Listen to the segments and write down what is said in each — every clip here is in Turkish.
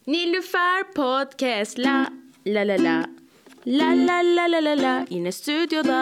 Nilüfer Podcast la la la la la la la la la la yine stüdyoda.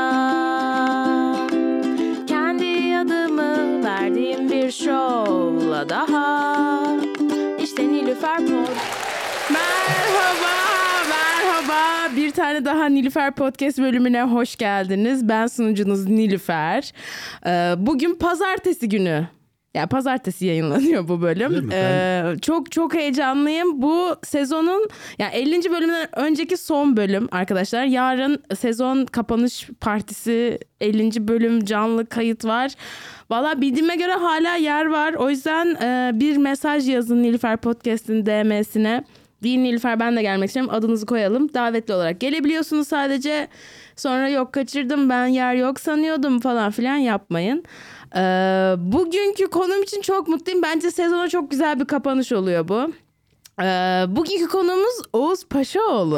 Kendi adımı verdiğim bir şovla daha. İşte Nilüfer Pod. Merhaba. Bir tane daha Nilüfer Podcast bölümüne hoş geldiniz. Ben sunucunuz Nilüfer. Bugün pazartesi günü. Yani pazartesi yayınlanıyor bu bölüm. Çok heyecanlıyım. Bu sezonun yani 50. bölümden önceki son bölüm arkadaşlar. Yarın sezon kapanış partisi 50. bölüm canlı kayıt var. Valla bildiğime göre hala yer var. O yüzden bir mesaj yazın Nilüfer Podcast'in DM'sine. Değil Nilüfer ben de gelmek istiyorum. Adınızı koyalım. Davetli olarak gelebiliyorsunuz sadece. Sonra yok kaçırdım ben yer yok sanıyordum falan filan yapmayın. Bugünkü konum için çok mutluyum. Bence sezona çok güzel bir kapanış oluyor bu. Bugünkü konuğumuz Oğuz Paşaoğlu.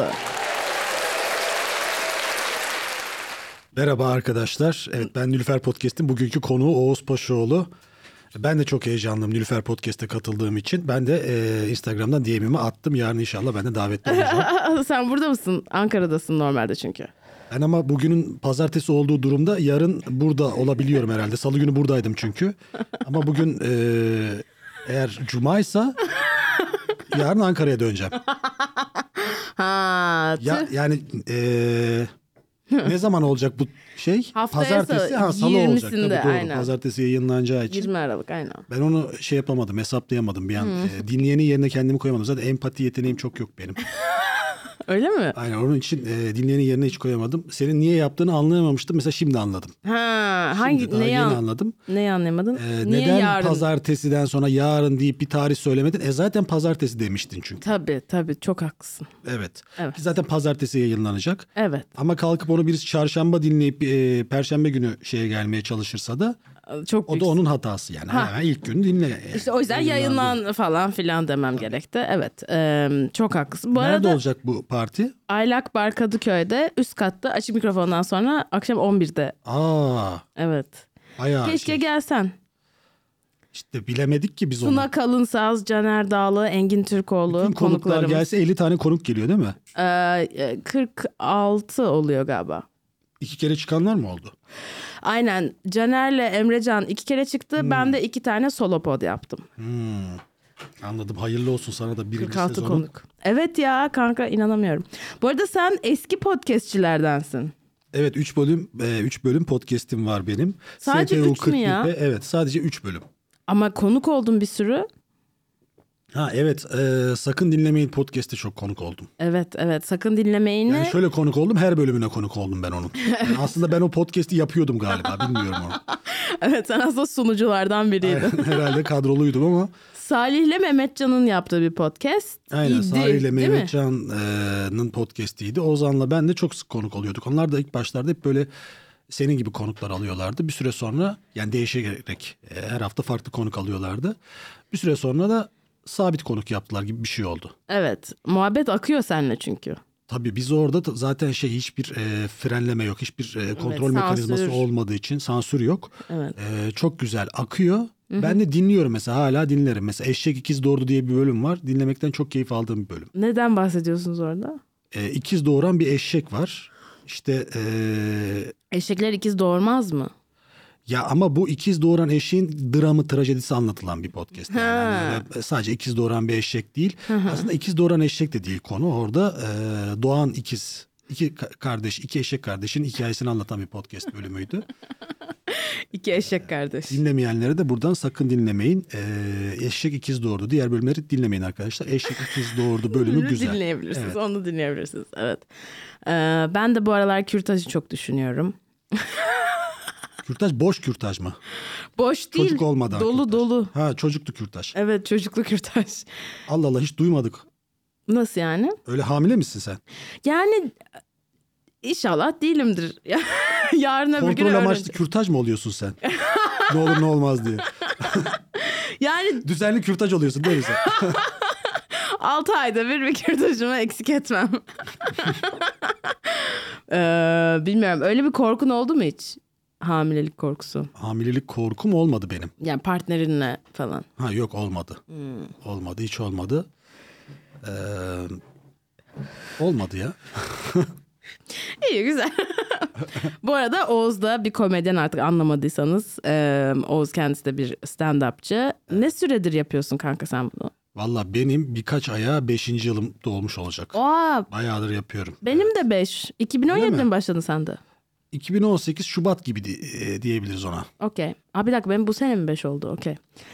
Merhaba arkadaşlar. Evet ben Nilüfer Podcast'in bugünkü konuğu Oğuz Paşaoğlu. Ben de çok heyecanlıyım Nilüfer Podcast'e katıldığım için. Ben de Instagram'dan DM'imi attım. Yarın inşallah ben de davetli olacağım. Sen burada mısın? Ankara'dasın normalde çünkü. Ben ama bugünün pazartesi olduğu durumda yarın burada olabiliyorum herhalde. Salı günü buradaydım çünkü. Ama bugün eğer cumaysa yarın Ankara'ya döneceğim. Yani ne zaman olacak bu şey? Haftaya pazartesi, salı olacak. Tabii, doğru. Aynen. Pazartesi yayınlanacağı için. 20 Aralık aynen. Ben onu şey yapamadım, hesaplayamadım bir an. Dinleyenin yerine kendimi koyamadım. Zaten empati yeteneğim çok yok benim. Öyle mi? Aynen onun için dinleyenin yerine hiç koyamadım. Senin niye yaptığını anlayamamıştım. Mesela şimdi anladım. Yeni anladım. Neyi anlayamadın? Neden yarın? Pazartesiden sonra yarın deyip bir tarih söylemedin? Zaten pazartesi demiştin çünkü. Tabii çok haklısın. Evet. Zaten pazartesi yayınlanacak. Evet. Ama kalkıp onu birisi çarşamba dinleyip perşembe günü şeye gelmeye çalışırsa da çok o da onun hatası yani. Hemen ilk gün dinle. İşte o yüzden yayınlan falan filan demem gerekti. Evet. Çok haklısın. Bu Nerede arada olacak bu parti? Aylak Bar Kadıköy'de üst katta açık mikrofondan sonra akşam 11'de. Evet. Bayağı keşke gelsen. İşte bilemedik ki biz onu. Tuna Kalınsaz, Caner Dağlı, Engin Türkoğlu bütün konuklar gelse 50 tane konuk geliyor değil mi? 46 oluyor galiba. 2 kere çıkanlar mı oldu? Aynen. Caner'le Emrecan 2 kere çıktı. Ben de 2 tane solo pod yaptım. Anladım. Hayırlı olsun sana da birinci 46 sezonu. konuk. Evet ya kanka inanamıyorum. Bu arada sen eski podcastçilerdensin. Evet 3 bölüm podcast'im var benim. Sadece 3 mü ya? Evet sadece 3 bölüm. Ama konuk oldun bir sürü. Evet sakın dinlemeyin podcast'te çok konuk oldum. Evet sakın dinlemeyin. Yani şöyle konuk oldum, her bölümüne konuk oldum ben onun. Yani aslında ben o podcast'i yapıyordum galiba, bilmiyorum onu. Evet sen aslında sunuculardan biriydin. Herhalde kadroluydum ama. Salih'le Mehmetcan'ın yaptığı bir podcast. Aynen Salih'le Mehmetcan'ın podcast'iydi. Ozan'la ben de çok sık konuk oluyorduk. Onlar da ilk başlarda hep böyle senin gibi konuklar alıyorlardı. Bir süre sonra yani değişerek her hafta farklı konuk alıyorlardı. Bir süre sonra da sabit konuk yaptılar gibi bir şey oldu. Evet. Muhabbet akıyor seninle çünkü. Tabii biz orada zaten hiçbir frenleme yok. Hiçbir kontrol mekanizması olmadığı için sansür yok. Evet. Çok güzel akıyor. Hı-hı. Ben de dinliyorum mesela, hala dinlerim. Mesela Eşek İkiz Doğurdu diye bir bölüm var. Dinlemekten çok keyif aldığım bir bölüm. Neden bahsediyorsunuz orada? İkiz doğuran bir eşek var. İşte eşekler ikiz doğurmaz mı? Ya ama bu ikiz doğuran eşeğin dramı, trajedisi anlatılan bir podcast. Yani sadece ikiz doğuran bir eşek değil. Aslında ikiz doğuran eşek de değil konu. Orada doğan iki eşek kardeşin hikayesini anlatan bir podcast bölümüydü. 2 eşek kardeş. Dinlemeyenlere de buradan sakın dinlemeyin. Eşek İkiz Doğurdu. Diğer bölümleri dinlemeyin arkadaşlar. Eşek İkiz Doğurdu bölümü güzel. Dinleyebilirsiniz. Evet. Onu dinleyebilirsiniz. Evet. Ben de bu aralar kürtajı çok düşünüyorum. Kürtaj boş kürtaj mı? Boş değil. Çocuk olmadan dolu. Çocuklu kürtaj. Evet çocuklu kürtaj. Allah Allah, hiç duymadık. Nasıl yani? Öyle hamile misin sen? Yani inşallah değilimdir. Yarın öbür gün kontrol amaçlı kürtaj mı oluyorsun sen? Ne olur ne olmaz diye. Yani düzenli kürtaj oluyorsun değil mi sen? 6 ayda bir kürtajımı eksik etmem. Bilmiyorum, öyle bir korkun oldu mu hiç? Hamilelik korkusu. Hamilelik korkum olmadı benim. Yani partnerinle falan. Yok olmadı. Olmadı, hiç olmadı. Olmadı ya. İyi, güzel. Bu arada Oğuz da bir komedyen, artık anlamadıysanız. Oğuz kendisi de bir stand-upçı. Ne süredir yapıyorsun kanka sen bunu? Valla benim birkaç aya 5. yılım dolmuş olacak. Oha, Bayağıdır yapıyorum. benim de 5. 2017'de mi başladın sen de? 2018 Şubat gibi diyebiliriz ona. Okey. Bir dakika, benim bu sene mi 5 oldu? Okey.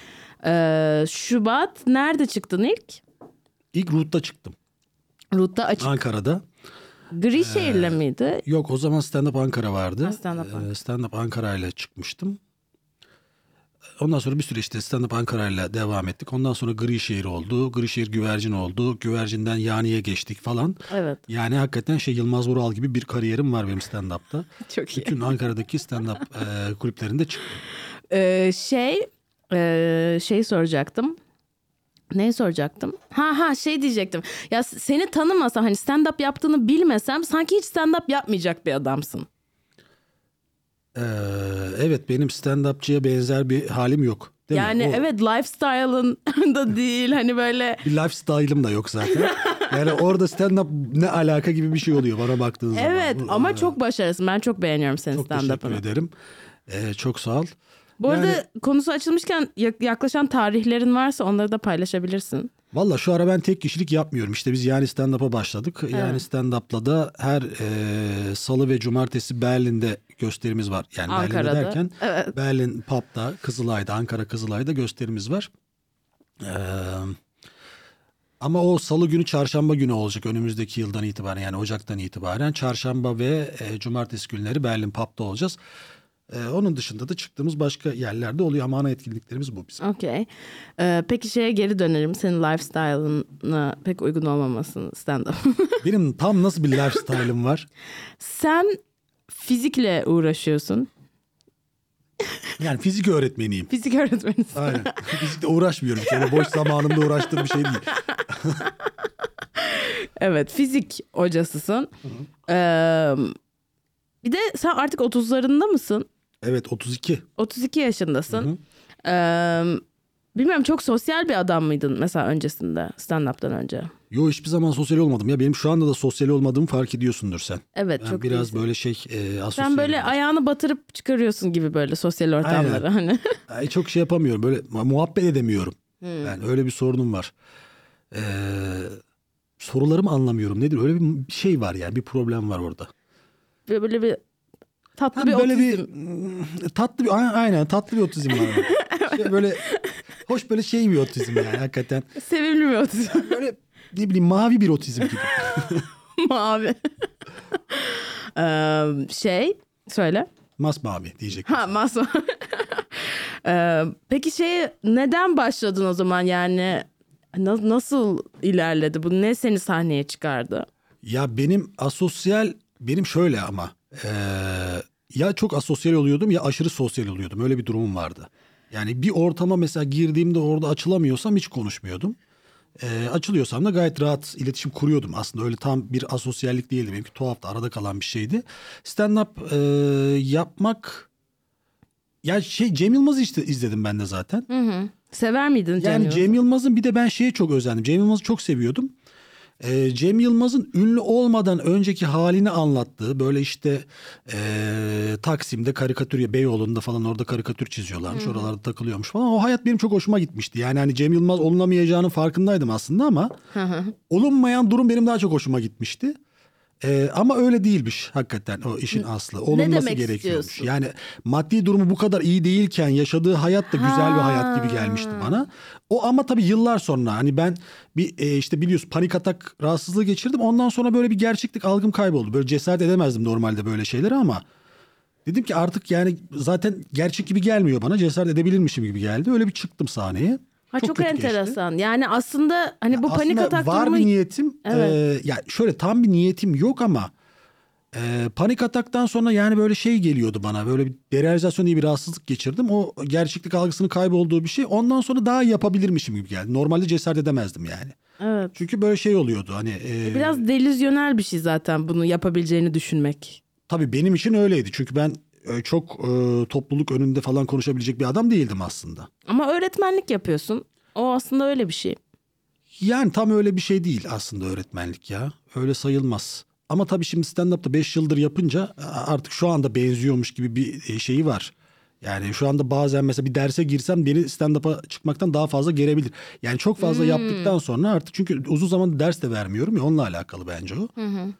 Şubat, nerede çıktın ilk? İlk Root'ta çıktım. Root'ta açık. Ankara'da. Grişehir'le miydi? Yok, o zaman Stand Up Ankara vardı. Stand Up Ankara ile çıkmıştım. Ondan sonra bir süre işte Stand Up Ankara ile devam ettik. Ondan sonra Grişehir oldu. Grişehir Güvercin oldu. Güvercin'den Yani'ye geçtik falan. Evet. Yani hakikaten Yılmaz Vural gibi bir kariyerim var benim stand-up'ta. Çok iyi. Bütün Ankara'daki stand-up kulüplerinde çıktım. Şey soracaktım. Neyi soracaktım? Şey diyecektim. Ya seni tanımasam, hani stand-up yaptığını bilmesem, sanki hiç stand-up yapmayacak bir adamsın. Evet, benim stand-upçıya benzer bir halim yok. Değil yani mi? Evet, lifestyle'ın da değil, hani böyle. Bir lifestyle'ım da yok zaten. Yani orada stand-up ne alaka gibi bir şey oluyor bana baktığın zaman. Evet, ama çok başarılısın. Ben çok beğeniyorum senin çok stand-up'ını. Çok teşekkür ederim. Çok sağ ol. Bu arada konusu açılmışken yaklaşan tarihlerin varsa onları da paylaşabilirsin. Valla şu ara ben tek kişilik yapmıyorum. İşte biz Yani Stand-Up'a başladık. Evet. Yani Stand-Up'la da her salı ve cumartesi Berlin'de gösterimiz var. Yani Ankara'da. Berlin'de derken evet. Berlin Pub'da, Kızılay'da, Ankara Kızılay'da gösterimiz var. Ama o salı günü çarşamba günü olacak önümüzdeki yıldan itibaren, yani Ocak'tan itibaren. Çarşamba ve cumartesi günleri Berlin Pub'da olacağız. Onun dışında da çıktığımız başka yerlerde oluyor ama ana etkinliklerimiz bu bizim. Okey. Peki şeye geri dönerim. Senin lifestyle'ına pek uygun olmamasın stand-up. Benim tam nasıl bir lifestyle'ım var? Sen fizikle uğraşıyorsun. Yani fizik öğretmeniyim. Fizik öğretmenisin. Aynen. Fizikle uğraşmıyorum. Yani boş zamanımda uğraştığım bir şey değil. Evet, fizik hocasısın. Bir de sen artık 30'larında mısın? Evet, 32. 32 yaşındasın. Bilmiyorum, çok sosyal bir adam mıydın mesela öncesinde, stand-up'tan önce? Yo, hiçbir zaman sosyal olmadım. Ya benim şu anda da sosyal olmadığımı fark ediyorsundur sen. Evet, ben çok biraz iyisin. Böyle asosyal. Sen böyle ayağını batırıp çıkarıyorsun gibi böyle sosyal ortamları. Aynen. Hani. Çok şey yapamıyorum. Böyle muhabbet edemiyorum. Yani öyle bir sorunum var. Sorularımı anlamıyorum. Nedir? Öyle bir şey var yani. Bir problem var orada. Böyle bir tatlı bir böyle otizm. Aynen tatlı bir otizm var. Böyle hoş, böyle şey bir otizm yani hakikaten. Sevimli bir otizm. Yani böyle ne bileyim, mavi bir otizm gibi. Mavi. Söyle. Masmavi diyecektim. Masmavi. Peki neden başladın o zaman, yani nasıl ilerledi bu, ne seni sahneye çıkardı? Ya benim şöyle ama ya çok asosyal oluyordum ya aşırı sosyal oluyordum, öyle bir durumum vardı. Yani bir ortama mesela girdiğimde orada açılamıyorsam hiç konuşmuyordum. Açılıyorsam da gayet rahat iletişim kuruyordum. Aslında öyle tam bir asosyallik değildi. Benimki tuhaftı, arada kalan bir şeydi. Stand-up yapmak... Ya Cem Yılmaz'ı işte izledim ben de zaten. Hı. Sever miydin Cem Yani Yılmaz'ı? Cem Yılmaz'ın bir de ben şeye çok özendim. Cem Yılmaz'ı çok seviyordum. Cem Yılmaz'ın ünlü olmadan önceki halini anlattığı, böyle işte Taksim'de karikatür, Beyoğlu'nda falan orada karikatür çiziyorlarmış. Oralarda takılıyormuş falan. O hayat benim çok hoşuma gitmişti. Yani hani Cem Yılmaz olunamayacağının farkındaydım aslında ama olunmayan durum benim daha çok hoşuma gitmişti. Ama öyle değilmiş hakikaten o işin aslı. Olunması gerekiyormuş. Istiyorsun? Yani maddi durumu bu kadar iyi değilken yaşadığı hayat da güzel bir hayat gibi gelmişti bana. O ama tabii yıllar sonra, hani ben bir işte biliyorsun panik atak rahatsızlığı geçirdim. Ondan sonra böyle bir gerçeklik algım kayboldu. Böyle cesaret edemezdim normalde böyle şeyleri ama dedim ki artık yani zaten gerçek gibi gelmiyor bana. Cesaret edebilirmişim gibi geldi. Öyle bir çıktım sahneye. Çok kötü enteresan. geçti. Yani aslında hani bu Aslında panik atak var durumu... bir niyetim. Evet. Ya şöyle tam bir niyetim yok ama panik ataktan sonra yani böyle şey geliyordu bana. Böyle bir derealizasyon diye bir rahatsızlık geçirdim. O gerçeklik algısının kaybolduğu bir şey. Ondan sonra daha yapabilirmişim gibi geldi. Normalde cesaret edemezdim yani. Evet. Çünkü böyle şey oluyordu hani. Biraz delüzyonel bir şey zaten bunu yapabileceğini düşünmek. Tabii benim için öyleydi. Çünkü ben çok topluluk önünde falan konuşabilecek bir adam değildim aslında. Ama öğretmenlik yapıyorsun. O aslında öyle bir şey. Yani tam öyle bir şey değil aslında öğretmenlik ya. Öyle sayılmaz. Ama tabii şimdi stand-up'ta 5 yıldır yapınca artık şu anda benziyormuş gibi bir şeyi var. Yani şu anda bazen mesela bir derse girsem beni stand-up'a çıkmaktan daha fazla gerebilir. Yani çok fazla yaptıktan sonra artık, çünkü uzun zamandır ders de vermiyorum ya, onunla alakalı bence o.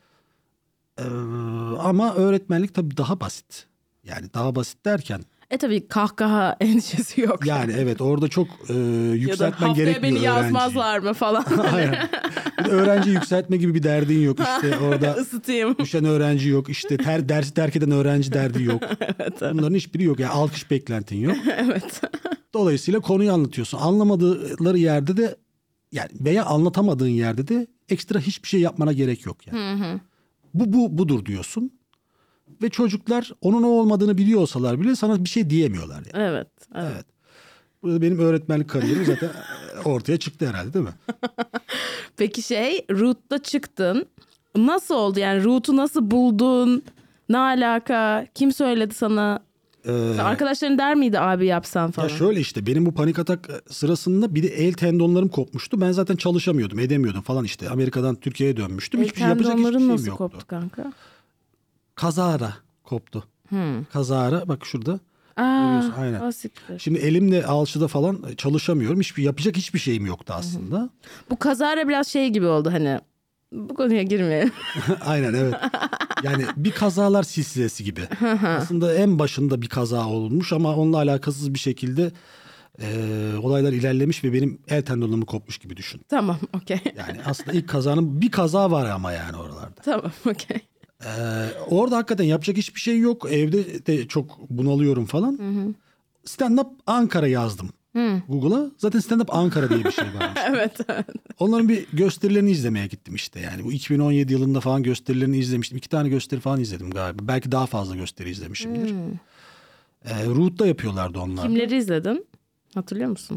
Ama öğretmenlik tabii daha basit. Yani daha basit derken. Tabii kahkaha endişesi yok. Yani evet, orada çok yükseltmen gerekmiyor öğrenciyi. Ya da haftaya beni yazmazlar mı falan. Aynen. Öğrenci yükseltme gibi bir derdin yok. İşte orada ısıtayım. Düşen öğrenci yok. İşte dersi terk eden öğrenci derdi yok. Evet. Bunların hiçbiri yok. Yani alkış beklentin yok. Evet. Dolayısıyla konuyu anlatıyorsun. Anlamadıkları yerde de, yani veya anlatamadığın yerde de ekstra hiçbir şey yapmana gerek yok yani. Budur diyorsun. Ve çocuklar onun o olmadığını biliyor olsalar bile sana bir şey diyemiyorlar yani. Evet. Burada benim öğretmenlik kariyerim zaten ortaya çıktı herhalde, değil mi? Peki Root'ta çıktın. Nasıl oldu yani, Root'u nasıl buldun? Ne alaka? Kim söyledi sana? Arkadaşların der miydi abi yapsan falan? Ya şöyle işte, benim bu panik atak sırasında bir de el tendonlarım kopmuştu. Ben zaten çalışamıyordum, edemiyordum falan işte. Amerika'dan Türkiye'ye dönmüştüm. Yapacak hiçbir şeyim nasıl yoktu. Koptu kanka? Kazara koptu. Kazara bak şurada. Aynen. Basiktir. Şimdi elimle alçıda falan çalışamıyorum. Yapacak hiçbir şeyim yoktu aslında. Bu kazara biraz gibi oldu hani. Bu konuya girmeyelim. Aynen, evet. Yani bir kazalar silsilesi gibi. Aslında en başında bir kaza olmuş ama onunla alakasız bir şekilde olaylar ilerlemiş ve benim el tendonlarım kopmuş gibi düşün. Tamam, okey. Yani aslında ilk kazanın bir kaza var ama yani oralarda. Tamam, okey. Orada hakikaten yapacak hiçbir şey yok. Evde de çok bunalıyorum falan. Stand-up Ankara yazdım Google'a. Zaten stand-up Ankara diye bir şey varmış. Evet. Onların bir gösterilerini izlemeye gittim işte. Yani bu 2017 yılında falan gösterilerini izlemiştim. 2 tane gösteri falan izledim galiba. Belki daha fazla gösteri izlemişimdir. Root'ta yapıyorlardı onlar. Kimleri izledin? Hatırlıyor musun?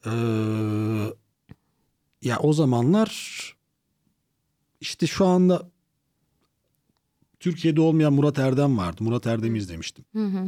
Ya o zamanlar işte şu anda Türkiye'de olmayan Murat Erdem vardı. Murat Erdem'i izlemiştim.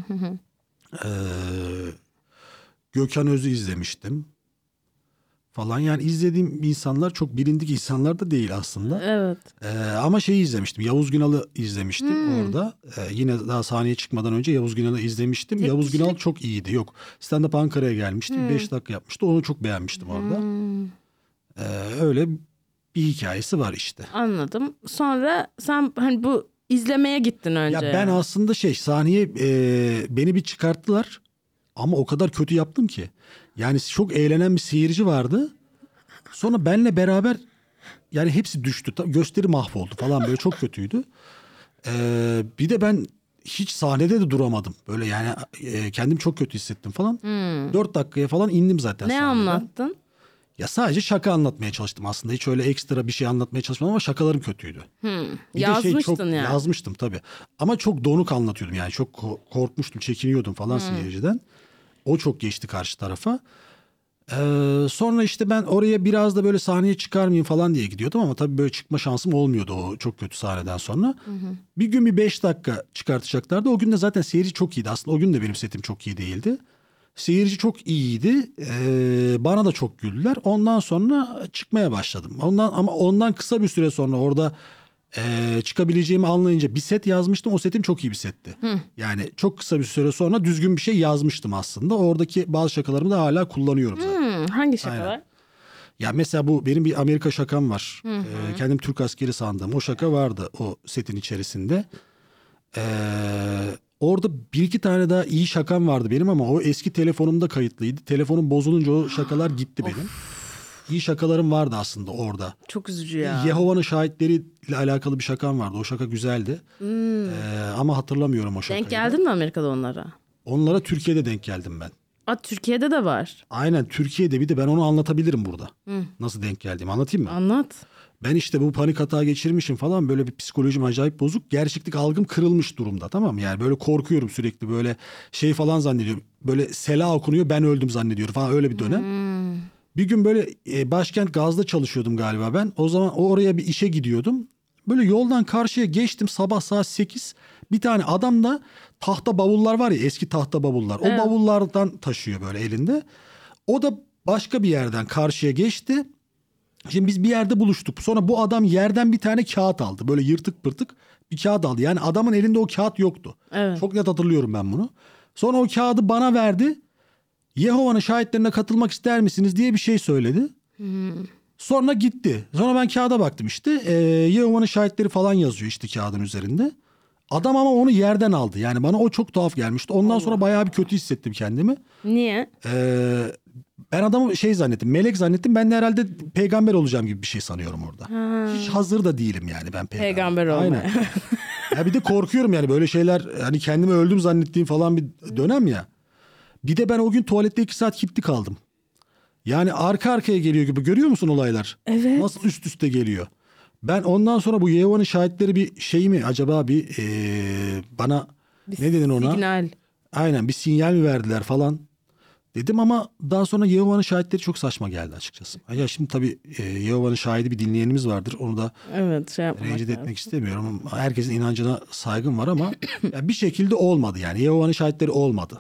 Gökhan Öz'ü izlemiştim falan. Yani izlediğim insanlar çok bilindik insanlar da değil aslında. Evet. Ama izlemiştim. Yavuz Günal'ı izlemiştim orada. Yine daha sahneye çıkmadan önce Yavuz Günal'ı izlemiştim. Tek Yavuz kişilik... Günal çok iyiydi. Yok, stand-up Ankara'ya gelmişti. 5 dakika yapmıştı. Onu çok beğenmiştim orada. Öyle bir hikayesi var işte. Anladım. Sonra sen hani bu izlemeye gittin önce. Ya ben aslında sahneye beni bir çıkarttılar. Ama o kadar kötü yaptım ki. Yani çok eğlenen bir seyirci vardı. Sonra benle beraber yani hepsi düştü. Gösteri mahvoldu falan, böyle çok kötüydü. Bir de ben hiç sahnede de duramadım. Böyle yani kendim çok kötü hissettim falan. 4 dakikaya falan indim zaten ne sahneden. Anlattın? Ya sadece şaka anlatmaya çalıştım aslında. Hiç öyle ekstra bir şey anlatmaya çalışmadım ama şakalarım kötüydü. Yazmıştın yani. Yazmıştım tabii. Ama çok donuk anlatıyordum yani. Çok korkmuştum, çekiniyordum falan seyirciden. O çok geçti karşı tarafa. Sonra işte ben oraya biraz da böyle sahneye çıkarmayayım falan diye gidiyordum ama tabii böyle çıkma şansım olmuyordu o çok kötü sahneden sonra. Bir gün bir 5 dakika çıkartacaklardı. O gün de zaten seyirci çok iyiydi. Aslında o gün de benim setim çok iyi değildi. Seyirci çok iyiydi. Bana da çok güldüler. Ondan sonra çıkmaya başladım. Ondan kısa bir süre sonra orada çıkabileceğimi anlayınca bir set yazmıştım. O setim çok iyi bir setti. Yani çok kısa bir süre sonra düzgün bir şey yazmıştım aslında. Oradaki bazı şakalarımı da hala kullanıyorum zaten. Hangi şakalar? Aynen. Ya mesela bu benim bir Amerika şakam var. Kendim Türk askeri sandığım o şaka vardı o setin içerisinde. Orada 1-2 tane daha iyi şakam vardı benim ama o eski telefonumda kayıtlıydı. Telefonum bozulunca o şakalar gitti benim. İyi şakalarım vardı aslında orada. Çok üzücü ya. Yehova'nın şahitleriyle alakalı bir şakam vardı. O şaka güzeldi. Ama hatırlamıyorum o şakayı. Denk geldin mi Amerika'da onlara? Onlara Türkiye'de denk geldim ben. Türkiye'de de var. Aynen, Türkiye'de, bir de ben onu anlatabilirim burada. Nasıl denk geldiğimi anlatayım mı? Anlat. Ben işte bu panik hata geçirmişim falan, böyle bir psikolojim acayip bozuk. Gerçeklik algım kırılmış durumda, tamam mı? Yani böyle korkuyorum sürekli, böyle falan zannediyorum. Böyle Sela okunuyor, ben öldüm zannediyorum falan, öyle bir dönem. Bir gün böyle Başkent Gaz'da çalışıyordum galiba ben. O zaman oraya bir işe gidiyordum. Böyle yoldan karşıya geçtim sabah saat 8. Bir tane adam da tahta bavullar var ya, eski tahta bavullar. O bavullardan taşıyor böyle elinde. O da başka bir yerden karşıya geçti. Şimdi biz bir yerde buluştuk. Sonra bu adam yerden bir tane kağıt aldı. Böyle yırtık pırtık bir kağıt aldı. Yani adamın elinde o kağıt yoktu. Evet. Çok net hatırlıyorum ben bunu. Sonra o kağıdı bana verdi. Yehova'nın şahitlerine katılmak ister misiniz diye bir şey söyledi. Sonra gitti. Sonra ben kağıda baktım işte. Yehova'nın şahitleri falan yazıyor işte kağıdın üzerinde. Adam ama onu yerden aldı. Yani bana o çok tuhaf gelmişti. Ondan sonra bayağı bir kötü hissettim kendimi. Niye? Ben adamı şey zannettim. Melek zannettim. Ben de herhalde peygamber olacağım gibi bir şey sanıyorum orada. Hiç hazır da değilim yani ben Peygamber olmaya. Aynen. Ya bir de korkuyorum yani böyle şeyler, hani kendimi öldüm zannettiğim falan bir dönem ya. Bir de ben o gün tuvalette 2 saat kilitli kaldım. Yani arka arkaya geliyor gibi, görüyor musun olaylar? Evet. Nasıl üst üste geliyor. Ben ondan sonra bu Yehova'nın şahitleri bir şey mi acaba, bir bana ne dedin ona? Signal. Aynen, bir sinyal mi verdiler falan dedim ama daha sonra Yehova'nın şahitleri çok saçma geldi açıkçası. Ya şimdi tabii Yehova'nın şahidi bir dinleyenimiz vardır. Onu da Evet, şey yapmak rencide lazım. etmek istemiyorum. Herkesin inancına saygım var ama ya bir şekilde olmadı yani. Yehova'nın şahitleri olmadı.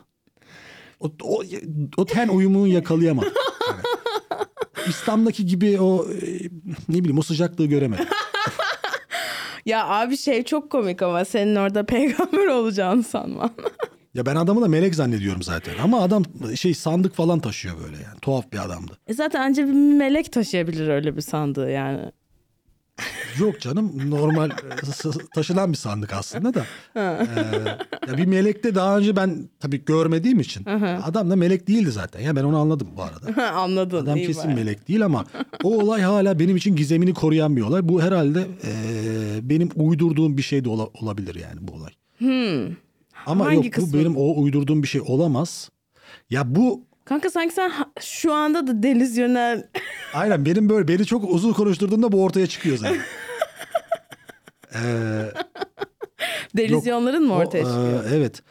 O ten uyumunu yakalayamadım. Yani İslam'daki gibi o ne bileyim o sıcaklığı göremedim. Ya abi şey çok komik ama senin orada peygamber olacağını sanmam. Ya ben adamı da melek zannediyorum zaten. Ama adam şey sandık falan taşıyor böyle yani. Tuhaf bir adamdı. Zaten ancak bir melek taşıyabilir öyle bir sandığı yani. Yok canım, normal taşınan bir sandık aslında da. Ya bir melekte daha önce ben tabii görmediğim için adam da melek değildi zaten. Ya ben onu anladım bu arada. Anladın. Adam iyi kesin bari. melek değil ama o olay hala benim için gizemini koruyan bir olay. Bu herhalde benim uydurduğum bir şey de olabilir yani bu olay. Ama Hangi yok, bu kısmı? benim o uydurduğum bir şey olamaz. Ya bu Kanka sanki sen şu anda da delüzyonel. aynen benim böyle, beni çok uzun konuşturduğunda bu ortaya çıkıyor zaten. Delüzyonların mı ortaya çıkıyor? Evet.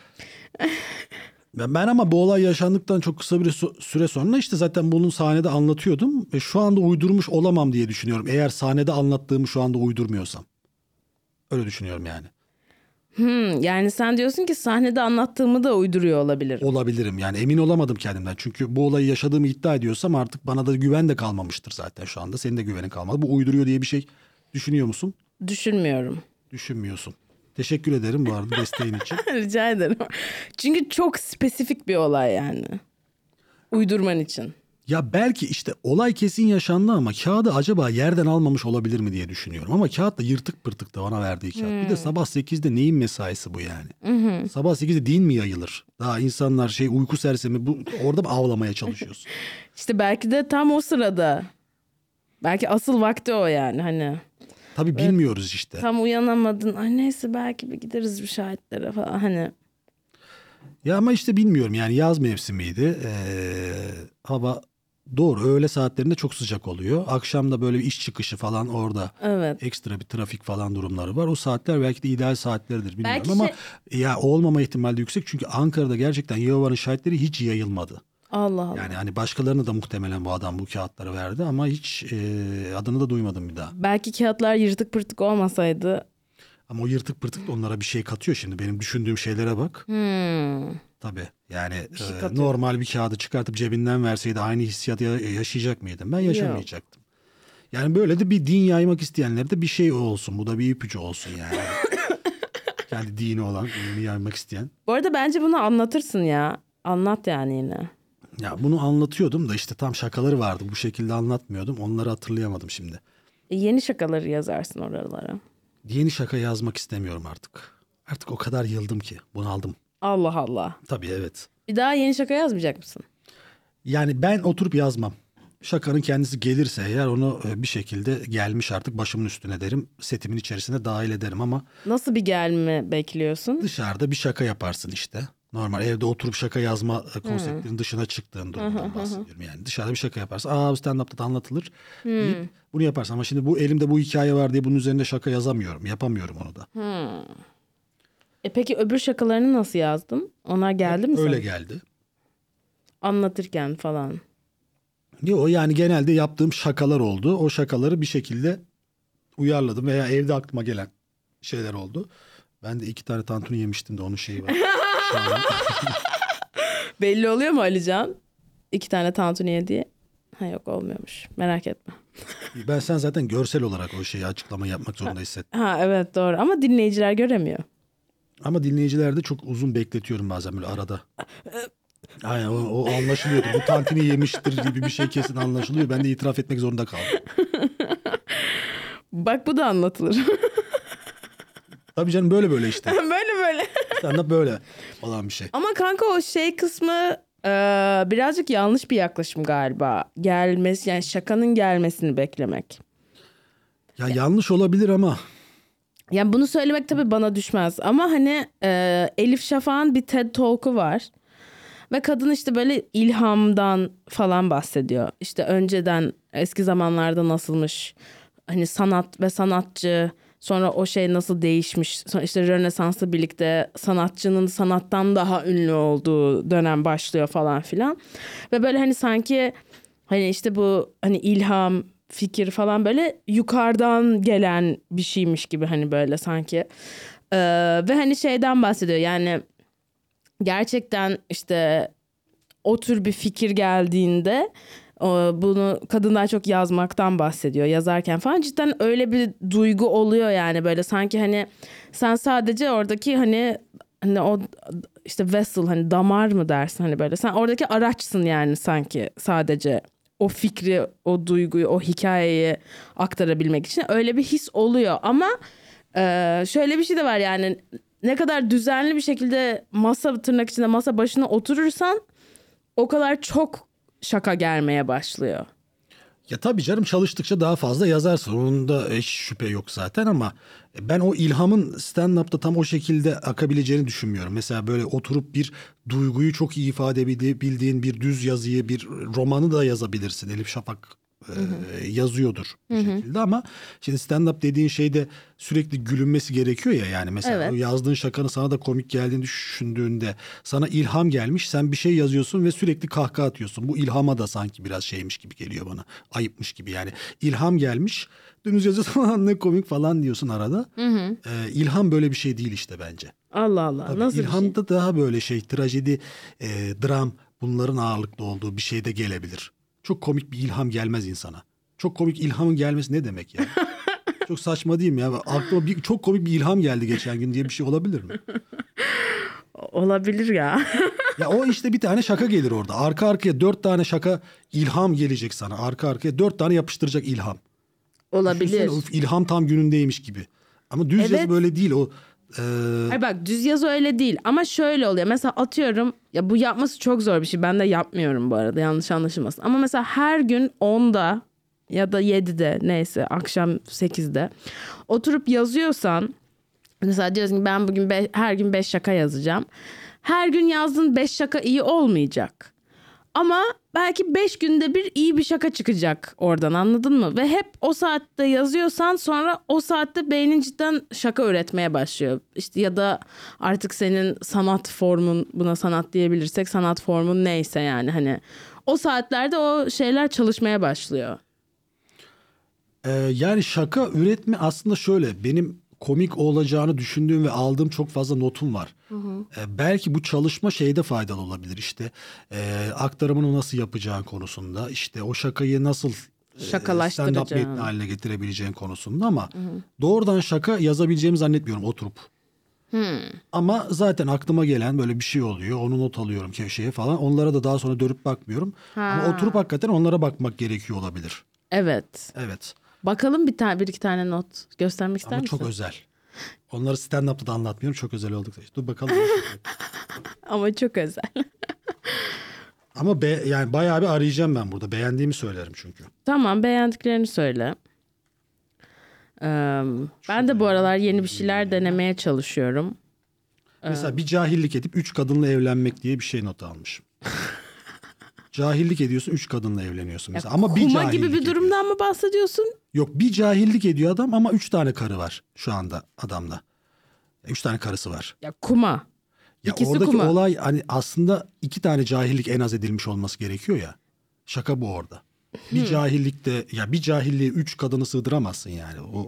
Ben ama bu olay yaşandıktan çok kısa bir süre sonra işte zaten bunun sahnede anlatıyordum. Ve şu anda uydurmuş olamam diye düşünüyorum. Eğer sahnede anlattığımı şu anda uydurmuyorsam. Öyle düşünüyorum yani. Yani sen diyorsun ki sahnede anlattığımı da uyduruyor olabilir. Olabilirim yani, emin olamadım kendimden. Çünkü bu olayı yaşadığımı iddia ediyorsam artık bana da güven de kalmamıştır zaten şu anda. Senin de güvenin kalmadı. Bu uyduruyor diye bir şey düşünüyor musun? Düşünmüyorum. Düşünmüyorsun. Teşekkür ederim bu arada desteğin için. Rica ederim. Çünkü çok spesifik bir olay yani. Uydurman için. Ya belki işte olay kesin yaşandı ama kağıdı acaba yerden almamış olabilir mi diye düşünüyorum. Ama kağıt da yırtık pırtık da bana verdiği kağıt. Bir de sabah 8'de neyin mesaisi bu yani? Sabah 8'de din mi yayılır? Daha insanlar uyku sersemi, bu orada mı avlamaya çalışıyorsun? İşte belki de tam o sırada. Belki asıl vakti o yani hani. Tabii bilmiyoruz işte. Tam uyanamadın. Ay neyse belki bir gideriz bir şahitlere falan hani. Ya ama işte bilmiyorum yani, yaz mevsimiydi. Hava doğru, öğle saatlerinde çok sıcak oluyor. Akşam da böyle bir iş çıkışı falan orada. Evet. Ekstra bir trafik falan durumları var. O saatler belki de ideal saatleridir bilmiyorum Belki ama ya olmama ihtimali de yüksek. Çünkü Ankara'da gerçekten Yehova'nın şahitleri hiç yayılmadı. Allah Allah. Yani hani başkalarına da muhtemelen bu adam bu kağıtları verdi ama hiç adını da duymadım bir daha. Belki kağıtlar yırtık pırtık olmasaydı. Ama o yırtık pırtık da onlara bir şey katıyor şimdi. Benim düşündüğüm şeylere bak. Tabii yani şey katıyor. normal bir kağıdı çıkartıp cebinden verseydi aynı hissiyatı yaşayacak mıydım? Ben yaşamayacaktım. Yani böyle de bir din yaymak isteyenlere de bir şey olsun. Bu da bir ipucu olsun yani. Kendi dini olan, dinini yaymak isteyen. Bu arada bence bunu anlatırsın ya. Anlat yani yine. Ya bunu anlatıyordum da işte tam şakaları vardı. Bu şekilde anlatmıyordum. Onları hatırlayamadım şimdi. Yeni şakaları yazarsın oralara. Yeni şaka yazmak istemiyorum artık. Artık o kadar yıldım ki bunaldım. Allah Allah. Tabii evet. Bir daha yeni şaka yazmayacak mısın? Yani ben oturup yazmam. Şakanın kendisi gelirse eğer onu bir şekilde gelmiş artık başımın üstüne derim. Setimin içerisine dahil ederim ama Nasıl bir gelme bekliyorsun? dışarıda bir şaka yaparsın işte. Normal evde oturup şaka yazma konseptlerinin dışına çıktığın durumdan bahsediyorum. Yani dışarıda bir şaka yaparsın. Stand-up'ta da anlatılır deyip bunu yaparsın. Ama şimdi bu elimde bu hikaye var diye bunun üzerinde şaka yazamıyorum. Yapamıyorum onu da. Peki öbür şakalarını nasıl yazdın? Onlar geldi mi Öyle sana? geldi. Anlatırken falan. Yo, yani genelde yaptığım şakalar oldu. O şakaları bir şekilde uyarladım veya evde aklıma gelen şeyler oldu. Ben de 2 tane tantuni yemiştim de onun şeyi var. Şu an. Belli oluyor mu Alican? 2 tane tantuni diye. Ha yok olmuyormuş. Merak etme. Sen zaten görsel olarak o şeyi açıklama yapmak zorunda hissettin. Ha evet doğru ama dinleyiciler göremiyor. Ama dinleyicilerde çok uzun bekletiyorum bazen böyle arada. Aynen o anlaşılıyordu. Bu tantini yemiştir gibi bir şey kesin anlaşılıyor. Ben de itiraf etmek zorunda kaldım. Bak bu da anlatılır. Tabii canım böyle işte. böyle. Stand-up böyle olan bir şey. Ama kanka o şey kısmı birazcık yanlış bir yaklaşım galiba. Gelmesi yani şakanın gelmesini beklemek. Ya yanlış olabilir ama. Yani bunu söylemek tabii bana düşmez. Ama hani Elif Şafak'ın bir TED Talk'u var. Ve kadın işte böyle ilhamdan falan bahsediyor. İşte önceden eski zamanlarda nasılmış. Hani sanat ve sanatçı, sonra o şey nasıl değişmiş. Sonra işte Rönesans'la birlikte sanatçının sanattan daha ünlü olduğu dönem başlıyor falan filan. Ve böyle hani sanki hani işte bu hani ilham, fikir falan böyle yukarıdan gelen bir şeymiş gibi hani böyle sanki. Ve hani şeyden bahsediyor yani gerçekten işte o tür bir fikir geldiğinde bunu kadınlar çok yazmaktan bahsediyor yazarken falan cidden öyle bir duygu oluyor yani böyle sanki hani sen sadece oradaki hani o işte vessel hani damar mı dersin hani böyle sen oradaki araçsın yani sanki sadece o fikri o duyguyu o hikayeyi aktarabilmek için öyle bir his oluyor ama şöyle bir şey de var yani ne kadar düzenli bir şekilde tırnak içinde masa başına oturursan o kadar çok şaka gelmeye başlıyor. Ya tabii canım çalıştıkça daha fazla yazarsın. Onun da hiç şüphe yok zaten ama ben o ilhamın stand-up'ta tam o şekilde akabileceğini düşünmüyorum. Mesela böyle oturup bir duyguyu çok iyi ifade edebildiğin bir düz yazıyı, bir romanı da yazabilirsin. Elif Şafak yazıyordur bir şekilde ama şimdi stand-up dediğin şeyde sürekli gülünmesi gerekiyor ya yani mesela Evet. yazdığın şakanın sana da komik geldiğini düşündüğünde sana ilham gelmiş sen bir şey yazıyorsun ve sürekli kahkaha atıyorsun. Bu ilhama da sanki biraz şeymiş gibi geliyor bana. Ayıpmış gibi yani. İlham gelmiş dümdüz yazıyorsun ne komik falan diyorsun arada. İlham böyle bir şey değil işte bence. Allah Allah. Tabii nasıl İlham'da bir şey? daha böyle trajedi, dram bunların ağırlıklı olduğu bir şey de gelebilir. Çok komik bir ilham gelmez insana. Çok komik ilhamın gelmesi ne demek ya? Çok saçma değil mi ya? Aklıma çok komik bir ilham geldi geçen gün diye bir şey olabilir mi? Olabilir ya. Ya o işte bir tane şaka gelir orada. Arka arkaya 4 tane şaka ilham gelecek sana. Arka arkaya 4 tane yapıştıracak ilham. Olabilir. Düşünsene, ilham tam günündeymiş gibi. Ama düz Evet. yazı böyle değil o. Hayır bak düz yazı öyle değil ama şöyle oluyor. Mesela atıyorum ya bu yapması çok zor bir şey. Ben de yapmıyorum bu arada yanlış anlaşılmasın. Ama mesela her gün 10'da ya da 7'de neyse akşam 8'de oturup yazıyorsan mesela diyorsun ki ben bugün her gün 5 şaka yazacağım. Her gün yazdığın 5 şaka iyi olmayacak. Ama belki 5 günde bir iyi bir şaka çıkacak oradan anladın mı? Ve hep o saatte yazıyorsan sonra o saatte beynin cidden şaka üretmeye başlıyor. İşte ya da artık senin sanat formun buna sanat diyebilirsek sanat formun neyse yani hani o saatlerde o şeyler çalışmaya başlıyor. Yani şaka üretme aslında şöyle benim komik olacağını düşündüğüm ve aldığım çok fazla notum var. Belki bu çalışma şeyde faydalı olabilir işte aktarımını nasıl yapacağın konusunda işte o şakayı nasıl stand-up metni haline getirebileceğin konusunda ama doğrudan şaka yazabileceğimi zannetmiyorum oturup. Ama zaten aklıma gelen böyle bir şey oluyor onu not alıyorum köşeye falan onlara da daha sonra dönüp bakmıyorum. Ama oturup hakikaten onlara bakmak gerekiyor olabilir. Evet. Evet. Bakalım bir iki tane not göstermek ister Ama misin? çok özel. Onları stand-up'ta da anlatmıyorum. Çok özel oldukça. Dur bakalım. Ama çok özel. Ama yani bayağı bir arayacağım ben burada. Beğendiğimi söylerim çünkü. Tamam beğendiklerini söyle. Ben de bu aralar yeni bir şeyler denemeye çalışıyorum. Mesela bir cahillik edip 3 kadınla evlenmek diye bir şey not almışım. Cahillik ediyorsun 3 kadınla evleniyorsun mesela. Ama bir kuma cahillik gibi bir durumdan mı bahsediyorsun? Yok bir cahillik ediyor adam ama 3 tane karı var şu anda adamda. 3 tane karısı var. Ya kuma. Ya İkisi oradaki kuma. olay hani aslında 2 tane cahillik en az edilmiş olması gerekiyor ya. Şaka bu orada. Bir cahillikte ya bir cahilliğe 3 kadını sığdıramazsın yani. O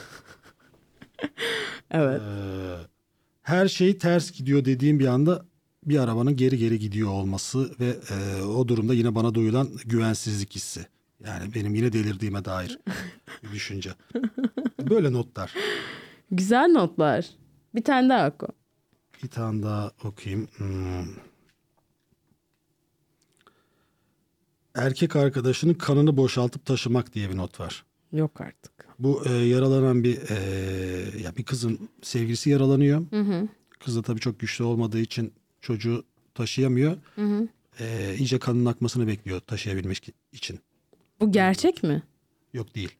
Evet. her şey ters gidiyor dediğim bir anda bir arabanın geri geri gidiyor olması ve o durumda yine bana duyulan güvensizlik hissi. Yani benim yine delirdiğime dair bir düşünce. Böyle notlar. Güzel notlar. Bir tane daha oku. Bir tane daha okuyayım. Erkek arkadaşının kanını boşaltıp taşımak diye bir not var. Yok artık. Bu yaralanan bir kızın sevgilisi yaralanıyor. Kız da tabii çok güçlü olmadığı için çocuğu taşıyamıyor. İyice kanın akmasını bekliyor taşıyabilmek için. Bu gerçek mi? Yok değil.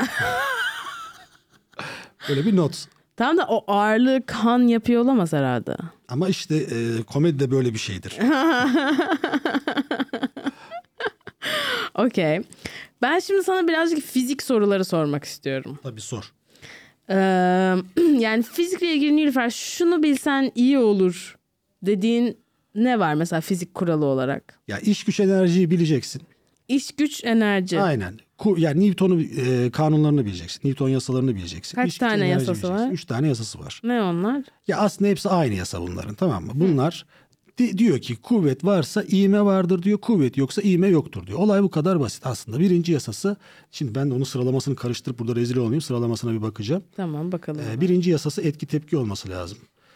Böyle bir not. Tam da o ağırlığı kan yapıyor olamaz herhalde. Ama işte komedi de böyle bir şeydir. Okey. Ben şimdi sana birazcık fizik soruları sormak istiyorum. Tabii sor. Yani fizikle ilgili Nilüfer, şunu bilsen iyi olur dediğin ne var mesela fizik kuralı olarak? Ya iş güç enerjiyi bileceksin. İş güç enerji. Aynen. Yani Newton'un kanunlarını bileceksin. Newton yasalarını bileceksin. Kaç İş güç tane enerji yasası bileceksin. var? 3 tane yasası var. Ne onlar? Ya aslında hepsi aynı yasa bunların, tamam mı? Bunlar diyor ki kuvvet varsa ivme vardır diyor. Kuvvet yoksa ivme yoktur diyor. Olay bu kadar basit aslında. Birinci yasası, şimdi ben de onun sıralamasını karıştırıp burada rezil olmayayım. Sıralamasına bir bakacağım. Tamam bakalım. Birinci yasası etki tepki olması lazım.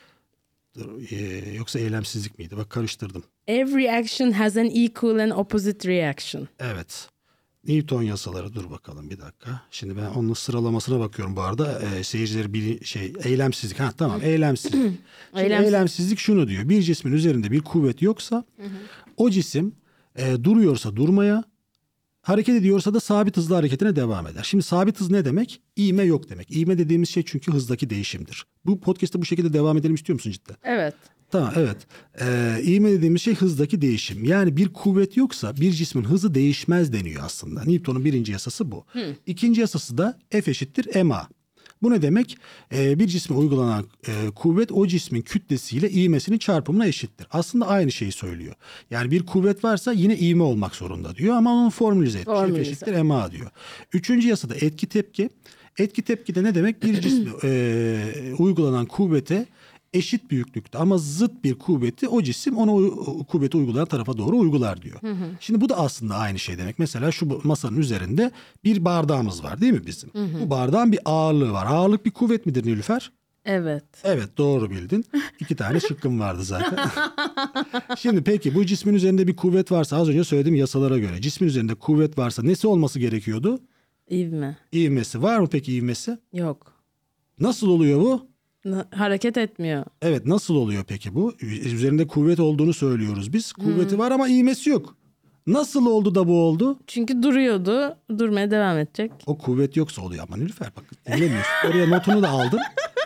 Yoksa eylemsizlik miydi? Bak karıştırdım. Every action has an equal and opposite reaction. Evet. Newton yasaları, dur bakalım bir dakika. Şimdi ben onun sıralamasına bakıyorum bu arada. Seyircileri eylemsizlik. Ha tamam, eylemsizlik. Şimdi eylemsizlik şunu diyor. Bir cismin üzerinde bir kuvvet yoksa o cisim duruyorsa durmaya, hareket ediyorsa da sabit hızla hareketine devam eder. Şimdi sabit hız ne demek? İğme yok demek. İğme dediğimiz şey çünkü hızdaki değişimdir. Bu podcast'te bu şekilde devam edelim istiyor musun cidden? Evet. Tamam, evet. İğme dediğimiz şey hızdaki değişim. Yani bir kuvvet yoksa bir cismin hızı değişmez deniyor aslında. Newton'un birinci yasası bu. İkinci yasası da F eşittir ma. Bu ne demek? Bir cisme uygulanan kuvvet o cismin kütlesiyle ivmesinin çarpımına eşittir. Aslında aynı şeyi söylüyor. Yani bir kuvvet varsa yine ivme olmak zorunda diyor ama onu formülize etmiş. F eşittir ma diyor. Üçüncü yasada etki tepki. Etki tepki de ne demek? Bir cisme uygulanan kuvvete eşit büyüklükte ama zıt bir kuvveti o cisim ona kuvveti uygulayan tarafa doğru uygular diyor. Şimdi bu da aslında aynı şey demek. Mesela şu masanın üzerinde bir bardağımız var değil mi bizim? Bu bardağın bir ağırlığı var. Ağırlık bir kuvvet midir Nilüfer? Evet. Evet, doğru bildin. 2 tane şıkkım vardı zaten. Şimdi peki bu cismin üzerinde bir kuvvet varsa, az önce söylediğim yasalara göre cismin üzerinde kuvvet varsa nesi olması gerekiyordu? İvme. İvmesi var mı peki, ivmesi? Yok. Nasıl oluyor bu? Hareket etmiyor. Evet, nasıl oluyor peki bu? Üzerinde kuvvet olduğunu söylüyoruz biz. Kuvveti var ama ivmesi yok. Nasıl oldu da bu oldu? Çünkü duruyordu. Durmaya devam edecek. O kuvvet yoksa oluyor ama Nilüfer bak dinlemiyorsun. Oraya notunu da aldın.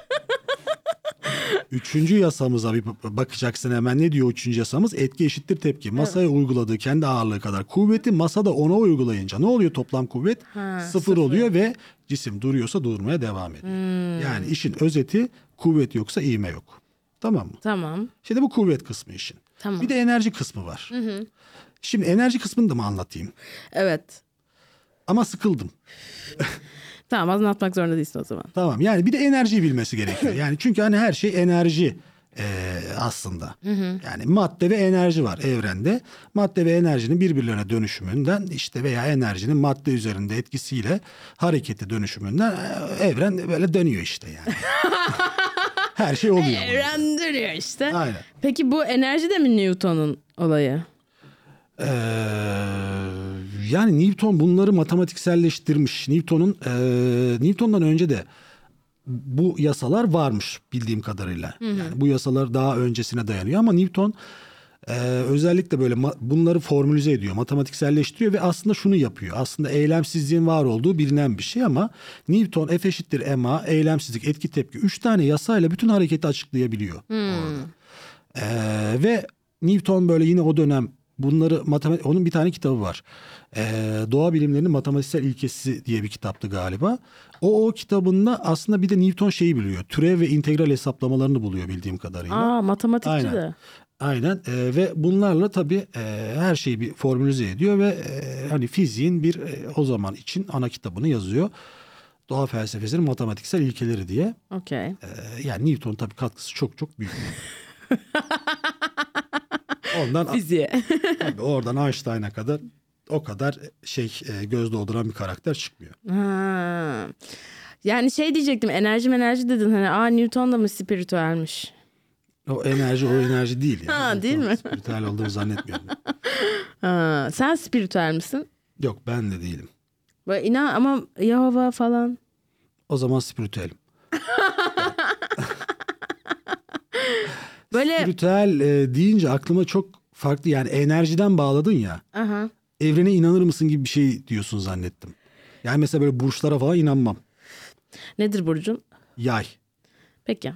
Üçüncü yasamıza bir bakacaksın hemen. Ne diyor üçüncü yasamız? Etki eşittir tepki. Masaya uyguladığı kendi ağırlığı kadar kuvveti masada ona uygulayınca ne oluyor toplam kuvvet? Sıfır oluyor ve cisim duruyorsa durmaya devam ediyor. Yani işin özeti kuvvet yoksa ivme yok. Tamam mı? Tamam. Şimdi bu kuvvet kısmı işin. Tamam. Bir de enerji kısmı var. Şimdi enerji kısmını da mı anlatayım? Evet. Ama sıkıldım. Tamam, anlatmak zorunda değilsin o zaman. Tamam, yani bir de enerjiyi bilmesi gerekiyor. Yani çünkü hani her şey enerji aslında. Yani madde ve enerji var evrende. Madde ve enerjinin birbirlerine dönüşümünden işte veya enerjinin madde üzerinde etkisiyle harekete dönüşümünden evren böyle dönüyor işte yani. Her şey oluyor. Evren dönüyor işte. Aynen. Peki bu enerji de mi Newton'un olayı? Yani Newton bunları matematikselleştirmiş. Newton'dan önce de bu yasalar varmış bildiğim kadarıyla. Yani bu yasalar daha öncesine dayanıyor ama Newton özellikle böyle bunları formülize ediyor, matematikselleştiriyor ve aslında şunu yapıyor. Aslında eylemsizliğin var olduğu bilinen bir şey ama Newton F eşittir ma, eylemsizlik, etki tepki 3 tane yasayla bütün hareketi açıklayabiliyor orada. Ve Newton böyle yine o dönem bunları onun bir tane kitabı var. Doğa bilimlerinin matematiksel ilkesi diye bir kitaptı galiba. O kitabında aslında bir de Newton şeyi biliyor. Türev ve integral hesaplamalarını buluyor bildiğim kadarıyla. Matematikçi Aynen. de. Aynen ve bunlarla tabii her şeyi bir formülize ediyor ve hani fiziğin bir o zaman için ana kitabını yazıyor. Doğa felsefesinin matematiksel ilkeleri diye. Okey. Yani Newton tabii katkısı çok çok büyük. Ondan Fiziğe. tabii oradan Einstein'a kadar o kadar göz dolduran bir karakter çıkmıyor. Ha. Yani diyecektim, enerji dedin, hani Newton da mı spiritüelmiş? O enerji değil yani. Ha, değil mi? Spiritüel olduğunu zannetmiyorum. Ha, sen spiritüel misin? Yok, ben de değilim. Böyle inan ama Yehova falan. O zaman spiritüelim. Böyle spiritüel deyince aklıma çok farklı, yani enerjiden bağladın ya. Aha. Evrene inanır mısın gibi bir şey diyorsun zannettim. Yani mesela böyle burçlara falan inanmam. Nedir burcun? Yay. Peki.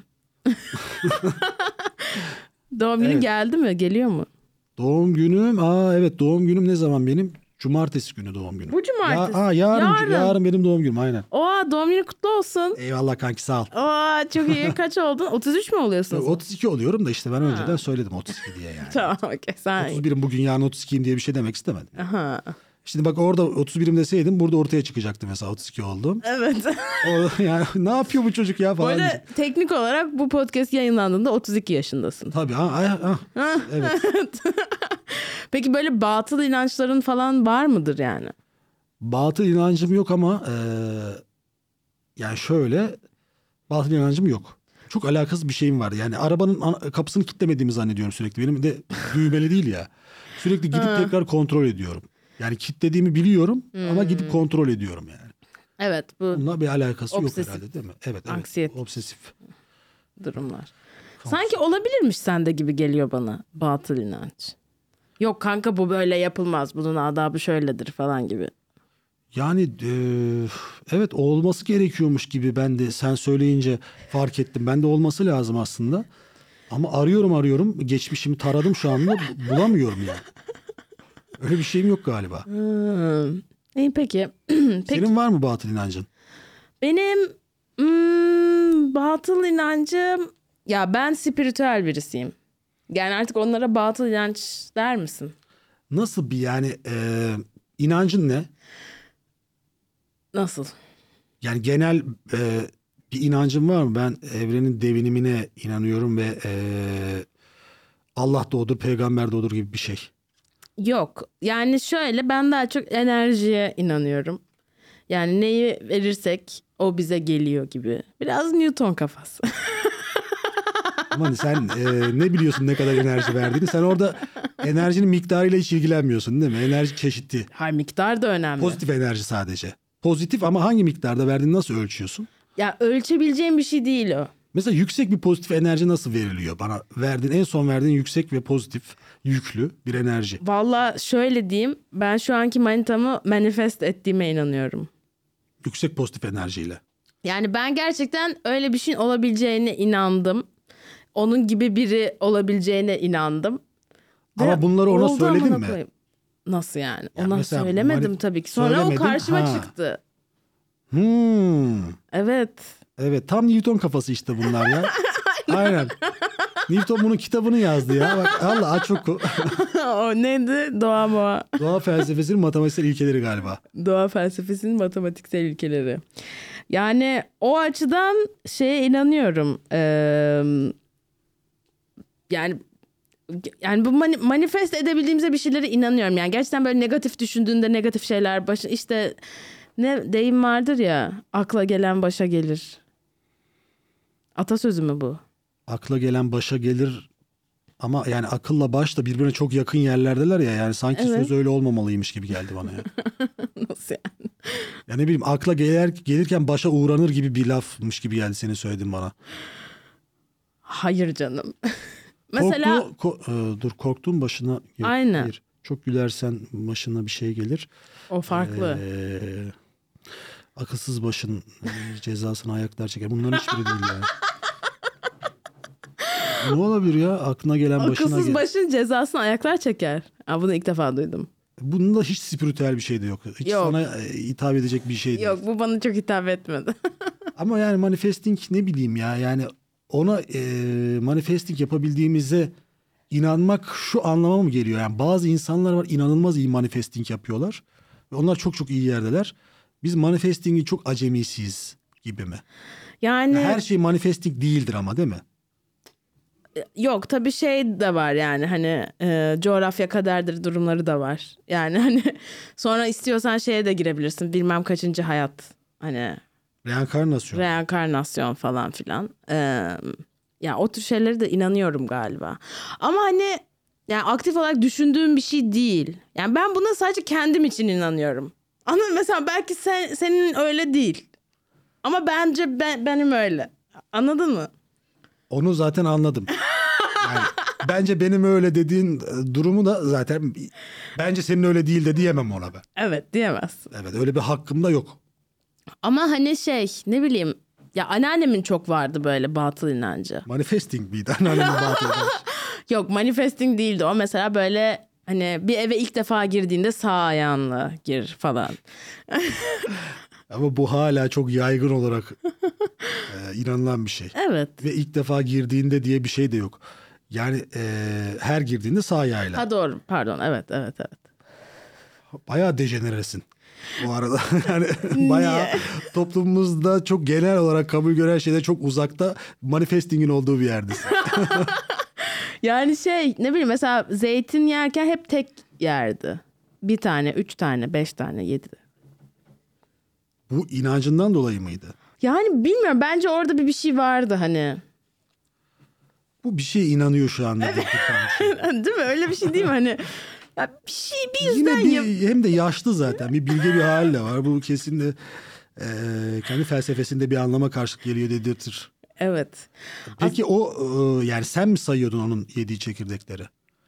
Doğum günün geldi mi? Geliyor mu? Doğum günüm, evet, doğum günüm ne zaman benim? Cumartesi günü doğum günüm. Bu cumartesi. Yarın benim doğum günüm, aynen. Doğum günü kutlu olsun. Eyvallah kanki, sağ ol. Çok iyi. Kaç oldun? 33 mü oluyorsun? 32 oluyorum da işte ben önceden söyledim 32 diye yani. Tamam, okey. 31'im bugün, yarın 32'yim diye bir şey demek istemedim. Aha. Şimdi bak, orada 31'im deseydim burada ortaya çıkacaktı mesela 32 oldum. Evet. Yani ne yapıyor bu çocuk ya Bu falan. arada teknik olarak bu podcast yayınlandığında 32 yaşındasın. Tabii. Evet. Peki böyle batıl inançların falan var mıdır yani? Batıl inancım yok ama yani şöyle, batıl inancım yok. Çok alakasız bir şeyim var. Yani arabanın kapısını kilitlemediğimi zannediyorum sürekli. Benim de düğmeli değil ya. Sürekli gidip tekrar kontrol ediyorum. Yani kilitlediğimi biliyorum ama gidip kontrol ediyorum yani. Evet, bu bununla bir alakası obsesif, yok herhalde, değil mi? Evet. anksiyete Obsesif durumlar. Sanki olabilirmiş sende gibi geliyor bana batıl inanç. Yok kanka, bu böyle yapılmaz, bunun adabı şöyledir falan gibi. Yani evet, olması gerekiyormuş gibi ben de sen söyleyince fark ettim. Ben de olması lazım aslında. Ama arıyorum. Geçmişimi taradım şu anda, bulamıyorum yani. Öyle bir şeyim yok galiba. İyi peki. Senin var mı batıl inancın? Benim batıl inancım, ya ben spiritüel birisiyim. Yani artık onlara batıl inanç der misin? Nasıl bir yani inancın ne? Nasıl? Yani genel bir inancın var mı? Ben evrenin devinimine inanıyorum ve Allah doğdur, peygamber doğdur gibi bir şey. Yok. Yani şöyle, ben daha çok enerjiye inanıyorum. Yani neyi verirsek o bize geliyor gibi. Biraz Newton kafası. Ama sen ne biliyorsun ne kadar enerji verdiğini? Sen orada enerjinin miktarıyla hiç ilgilenmiyorsun, değil mi? Enerji çeşitli. Hayır, miktar da önemli. Pozitif enerji sadece. Pozitif ama hangi miktarda verdiğini nasıl ölçüyorsun? Ya ölçebileceğim bir şey değil o. Mesela yüksek bir pozitif enerji nasıl veriliyor? Bana en son verdiğin yüksek ve pozitif yüklü bir enerji. Vallahi şöyle diyeyim, ben şu anki manitamı manifest ettiğime inanıyorum. Yüksek pozitif enerjiyle. Yani ben gerçekten öyle bir şeyin olabileceğine inandım. Onun gibi biri olabileceğine inandım. Ama bunları ona oldu, söyledin amına mi? koyayım. Nasıl yani? Ya Ona mesela söylemedim tabii ki. Sonra o söylemedin, karşıma çıktı. Evet. Evet, tam Newton kafası işte bunlar ya. Aynen. Newton bunun kitabını yazdı ya. Bak Allah, aç oku. O neydi? Doğa felsefesinin matematiksel ilkeleri galiba. Doğa felsefesinin matematiksel ilkeleri. Yani o açıdan şeye inanıyorum. Yani bu manifest edebildiğimize bir şeylere inanıyorum. Yani gerçekten böyle negatif düşündüğünde negatif şeyler işte ne deyim vardır ya, akla gelen başa gelir. Atasözü mü bu? Akla gelen başa gelir ama yani akılla baş da birbirine çok yakın yerlerdeler ya, yani sanki söz öyle olmamalıymış gibi geldi bana ya. Nasıl yani? Ya ne bileyim, akla gelirken başa uğranır gibi bir lafmış gibi geldi senin söylediğin bana. Hayır canım. Mesela korktuğun başına yok. Aynen. Hayır. Çok gülersen başına bir şey gelir. O farklı. Akılsız başın cezasını ayaklar çeker. Bunların hiçbiri değil yani. Ne olabilir ya? Aklına gelen başına gelir. Akılsız başın cezasını ayaklar çeker. Bunu ilk defa duydum. Bunun da hiç spiritüel bir şey de yok. Hiç sana hitap edecek bir şey değil. Yok, bu bana çok hitap etmedi. Ama yani manifesting, ne bileyim ya, yani ona manifesting yapabildiğimize inanmak şu anlama mı geliyor? Yani bazı insanlar var, inanılmaz iyi manifesting yapıyorlar. Ve onlar çok çok iyi yerdeler. Biz manifesting'i çok acemisiyiz gibi mi? Yani her şey manifesting değildir ama, değil mi? Yok tabii şey de var yani hani coğrafya kaderdir durumları da var. Yani hani sonra istiyorsan şeye de girebilirsin, bilmem kaçıncı hayat, hani reenkarnasyon falan filan. Ya o tür şeylere de inanıyorum galiba. Ama hani yani aktif olarak düşündüğüm bir şey değil. Yani ben buna sadece kendim için inanıyorum. Anladın? Mesela belki senin öyle değil. Ama bence benim öyle. Anladın mı? Onu zaten anladım. Yani bence benim öyle dediğin durumu da zaten bence senin öyle değil de diyemem ona ben. Evet, diyemezsin. Evet, öyle bir hakkım da yok. Ama hani ne bileyim ya, anneannemin çok vardı böyle batıl inancı. Manifesting miydi anneannemin batıl inancı? Yok, manifesting değildi o. Mesela böyle hani bir eve ilk defa girdiğinde sağ ayağınla gir falan. Ama bu hala çok yaygın olarak inanılan bir şey. Evet. Ve ilk defa girdiğinde diye bir şey de yok. Yani her girdiğinde sağ ayağıyla. Ha doğru, pardon, evet. Bayağı dejeneresin bu arada. Yani bayağı toplumumuzda çok genel olarak kabul gören şeyde çok uzakta, manifesting'in olduğu bir yerdesin. Yani ne bileyim, mesela zeytin yerken hep tek yerdi. 1 tane, 3 tane, 5 tane yedi. Bu inancından dolayı mıydı? Yani bilmiyorum, bence orada bir şey vardı hani. Bu bir şeye inanıyor şu anda. Evet. Değil mi? Öyle bir şey değil mi? Hani ya bir yüzden hem de yaşlı zaten. Bir bilge bir hal de var. Bu kesin de kendi felsefesinde bir anlama karşılık geliyor dedirtir. Evet. Peki o yani sen mi sayıyordun onun yediği çekirdekleri?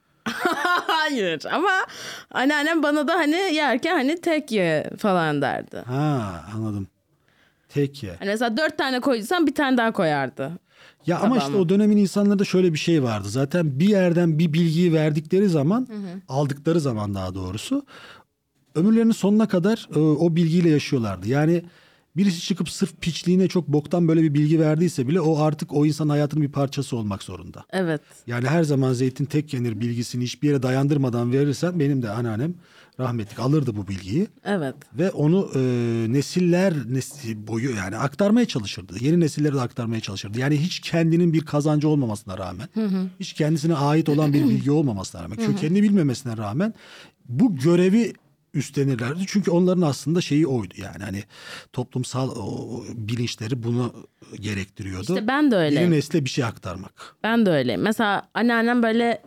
Hayır, ama anneannem bana da hani yerken hani tek ye falan derdi. Ha, anladım. Tek ye. Hani mesela 4 tane koyduysan bir tane daha koyardı. Ya ama işte o dönemin insanlarda şöyle bir şey vardı. Zaten bir yerden bir bilgiyi verdikleri zaman, aldıkları zaman daha doğrusu, ömürlerinin sonuna kadar o bilgiyle yaşıyorlardı. Yani birisi çıkıp sırf piçliğine çok boktan böyle bir bilgi verdiyse bile o artık o insanın hayatının bir parçası olmak zorunda. Evet. Yani her zaman zeytin tek yenir bilgisini hiçbir yere dayandırmadan verirsen, benim de anneannem rahmetlik alırdı bu bilgiyi. Evet. Ve onu nesiller boyu yani aktarmaya çalışırdı. Yeni nesillere de aktarmaya çalışırdı. Yani hiç kendinin bir kazancı olmamasına rağmen, hiç kendisine ait olan bir bilgi olmamasına rağmen, kökenini bilmemesine rağmen bu görevi üstlenirlerdi. Çünkü onların aslında şeyi oydu, yani hani toplumsal bilinçleri bunu gerektiriyordu. İşte ben de öyle. Yeni nesle bir şey aktarmak. Ben de öyle. Mesela anneannem böyle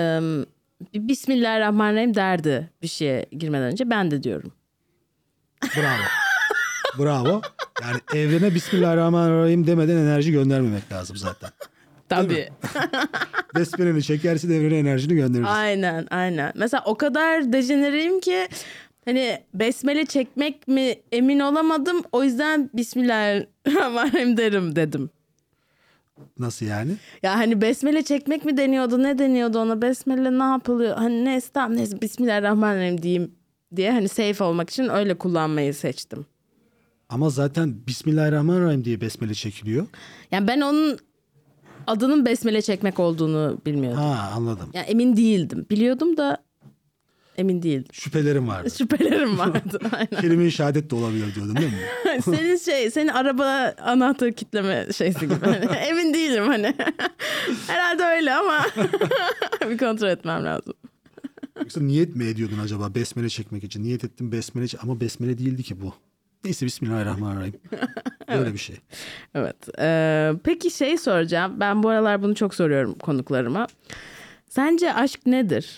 Bismillahirrahmanirrahim derdi bir şeye girmeden önce. Ben de diyorum. Bravo. Bravo. Yani evrene Bismillahirrahmanirrahim demeden enerji göndermemek lazım zaten. Tabii. Besmeleni çekersin, evrene enerjini gönderirsin. Aynen. Mesela o kadar dejenereyim ki hani besmele çekmek mi emin olamadım. O yüzden Bismillahirrahmanirrahim dedim. Nasıl yani? Ya hani besmele çekmek mi deniyordu, ne deniyordu ona, besmele ne yapılıyor? Hani neyse Bismillahirrahmanirrahim diyeyim diye hani safe olmak için öyle kullanmayı seçtim. Ama zaten Bismillahirrahmanirrahim diye besmele çekiliyor. Yani ben onun adının besmele çekmek olduğunu bilmiyordum. Ha, anladım. Yani emin değildim. Biliyordum da emin değildim. Şüphelerim vardı. Şüphelerim vardı. Aynen. Kelime-i şehadet de olabilir diyordun değil mi? Senin araba anahtarı kitleme şeysi gibi. Hani, emin değilim hani. Herhalde öyle ama bir kontrol etmem lazım. Yoksa niyet mi ediyordun acaba besmele çekmek için? Niyet ettim besmele ama besmele değildi ki bu. Neyse, Bismillahirrahmanirrahim. Böyle bir şey. Evet. Peki soracağım. Ben bu aralar bunu çok soruyorum konuklarıma. Sence aşk nedir?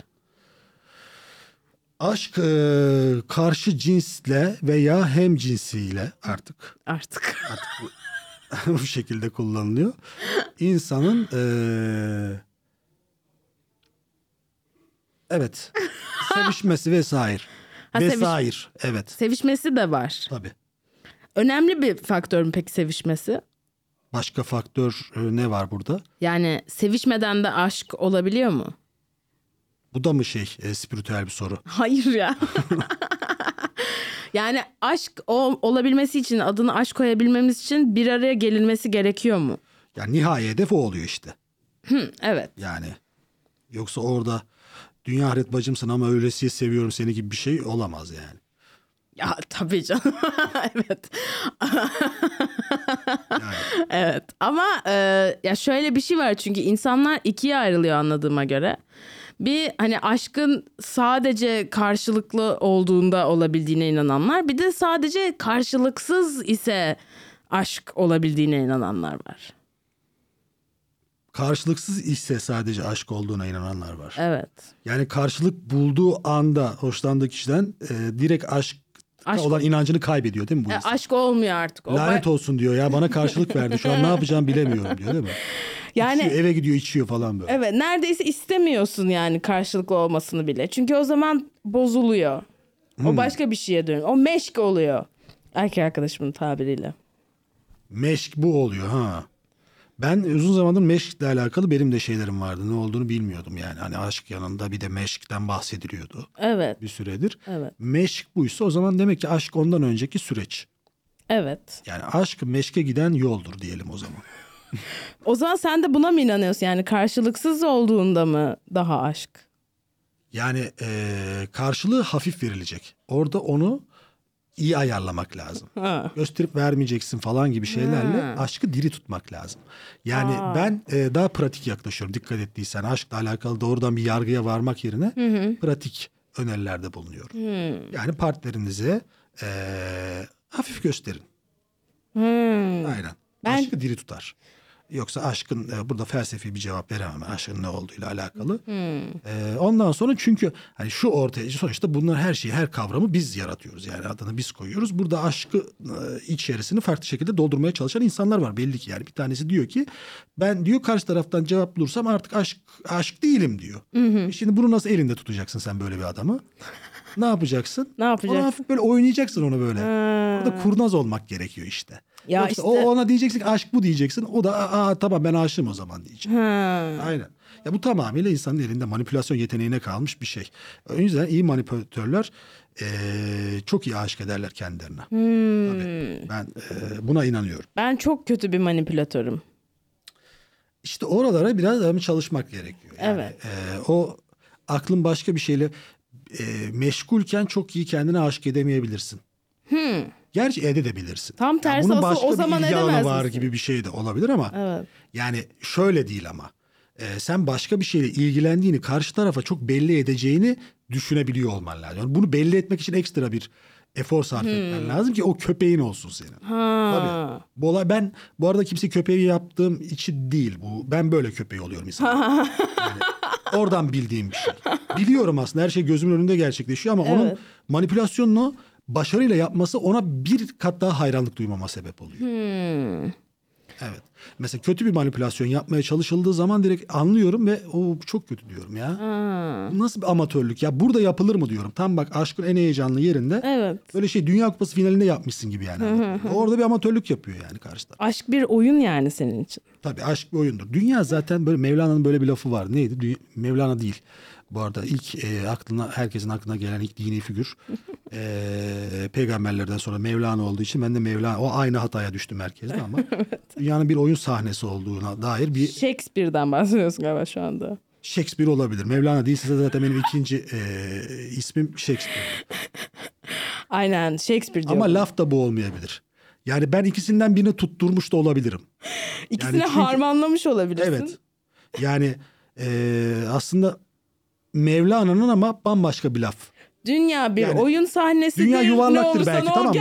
Aşk karşı cinsle veya hem cinsiyle artık bu şekilde kullanılıyor. İnsanın evet sevişmesi vesaire. Evet. Sevişmesi de var. Tabii. Önemli bir faktör mü peki sevişmesi? Başka faktör ne var burada? Yani sevişmeden de aşk olabiliyor mu? Bu da mı spiritüel bir soru? Hayır ya. Yani aşk olabilmesi için, adını aşk koyabilmemiz için bir araya gelinmesi gerekiyor mu? Yani nihai hedef o oluyor işte. Evet. Yani yoksa orada dünya ahiret bacımsın ama öylesiye seviyorum seni gibi bir şey olamaz yani. Ya tabii canım. Evet. Evet ama ya şöyle bir şey var çünkü insanlar ikiye ayrılıyor anladığıma göre. Bir hani aşkın sadece karşılıklı olduğunda olabildiğine inananlar, bir de sadece karşılıksız ise aşk olabildiğine inananlar var. Karşılıksız ise sadece aşk olduğuna inananlar var. Evet. Yani karşılık bulduğu anda hoşlandığı kişiden direkt aşk olan inancını kaybediyor değil mi bu insan? Aşk olmuyor artık. Lanet olsun diyor ya, bana karşılık verdi, şu an ne yapacağımı bilemiyorum diyor değil mi? Yani İçiyor, eve gidiyor içiyor falan böyle. evet, neredeyse istemiyorsun yani karşılıklı olmasını bile. Çünkü o zaman bozuluyor. O başka bir şeye dönüyor. O meşk oluyor. Erkek arkadaşımın tabiriyle. Meşk bu oluyor ha. Ben uzun zamandır meşkle alakalı benim de şeylerim vardı. Ne olduğunu bilmiyordum yani. Hani aşk yanında bir de meşkten bahsediliyordu. Evet. Bir süredir. Evet. Meşk buysa o zaman demek ki aşk ondan önceki süreç. Evet. Yani aşk meşke giden yoldur diyelim o zaman. O zaman sen de buna mı inanıyorsun? Yani karşılıksız olduğunda mı daha aşk? Yani karşılığı hafif verilecek. Orada onu iyi ayarlamak lazım. Ha. Gösterip vermeyeceksin falan gibi şeylerle aşkı diri tutmak lazım. Yani ben daha pratik yaklaşıyorum. Dikkat ettiysen aşkla alakalı doğrudan bir yargıya varmak yerine pratik önerilerde bulunuyorum. Yani partnerinize hafif gösterin. Aynen. Aşkı diri tutar. Yoksa aşkın burada felsefi bir cevap veremem. Aşkın ne olduğuyla alakalı. Ondan sonra çünkü hani şu ortaya sonuçta bunlar her şeyi, her kavramı biz yaratıyoruz. Yani adını biz koyuyoruz. Burada aşkı içerisini farklı şekilde doldurmaya çalışan insanlar var belli ki. Yani bir tanesi diyor ki ben diyor karşı taraftan cevap bulursam artık aşk değilim diyor. Şimdi bunu nasıl elinde tutacaksın sen böyle bir adamı? Ne yapacaksın? Ne yapacaksın? Ona hafif böyle oynayacaksın onu böyle. Burada kurnaz olmak gerekiyor işte. Ya Yoksa işte... o ona diyeceksin ki aşk bu diyeceksin. O da tamam ben aşığım o zaman diyecek. Aynen. Ya bu tamamıyla insanın elinde manipülasyon yeteneğine kalmış bir şey. O yüzden iyi manipülatörler çok iyi aşık ederler kendilerine. Tabii, ben buna inanıyorum. Ben çok kötü bir manipülatörüm. İşte oralara biraz çalışmak gerekiyor. Yani, Evet. O aklın başka bir şeyle meşgulken çok iyi kendine aşık edemeyebilirsin. Gerçi edebilirsin. Tam tersi bunun asıl başka o zaman bir ilgi alanı edemez var misin? gibi bir şey de olabilir ama Evet. yani şöyle değil ama sen başka bir şeyle ilgilendiğini karşı tarafa çok belli edeceğini düşünebiliyor olman lazım. Yani bunu belli etmek için ekstra bir efor sarf etmen lazım ki o köpeğin olsun senin. Tabii. Bu olay, ben bu arada kimse köpeği yaptığım için değil bu. Ben böyle köpeği oluyorum insan. Yani oradan bildiğim bir şey. Biliyorum aslında her şey gözümün önünde gerçekleşiyor ama onun manipülasyonunu başarıyla yapması ona bir kat daha hayranlık duymama sebep oluyor. Evet. Mesela kötü bir manipülasyon yapmaya çalışıldığı zaman direkt anlıyorum ve o çok kötü diyorum ya. Bu nasıl bir amatörlük ya? Burada yapılır mı diyorum. Tam bak aşkın en heyecanlı yerinde. Evet. Böyle şey Dünya Kupası finalinde yapmışsın gibi yani. Orada bir amatörlük yapıyor yani karşıda. Aşk bir oyun yani senin için. Tabii aşk bir oyundur. Dünya zaten böyle Mevlana'nın böyle bir lafı var. Neydi? Mevlana değil. Bu arada ilk herkesin aklına gelen ilk dini figür peygamberlerden sonra Mevlana olduğu için ben de Mevlana, o aynı hataya düştüm herkeste ama dünyanın bir oyun sahnesi olduğuna dair bir... Shakespeare'den bahsediyorsun galiba şu anda. Shakespeare olabilir. Mevlana değilse zaten benim ikinci ismim Shakespeare. Aynen Shakespeare diyor. Ama laf da bu olmayabilir. Yani ben ikisinden birini tutturmuş da olabilirim. İkisini yani çünkü, harmanlamış olabilirsin. Evet. Yani aslında Mevlana'nın ama bambaşka bir laf. Dünya bir yani, oyun sahnesidir. Dünya yuvarlaktır ne belki, tamam mı?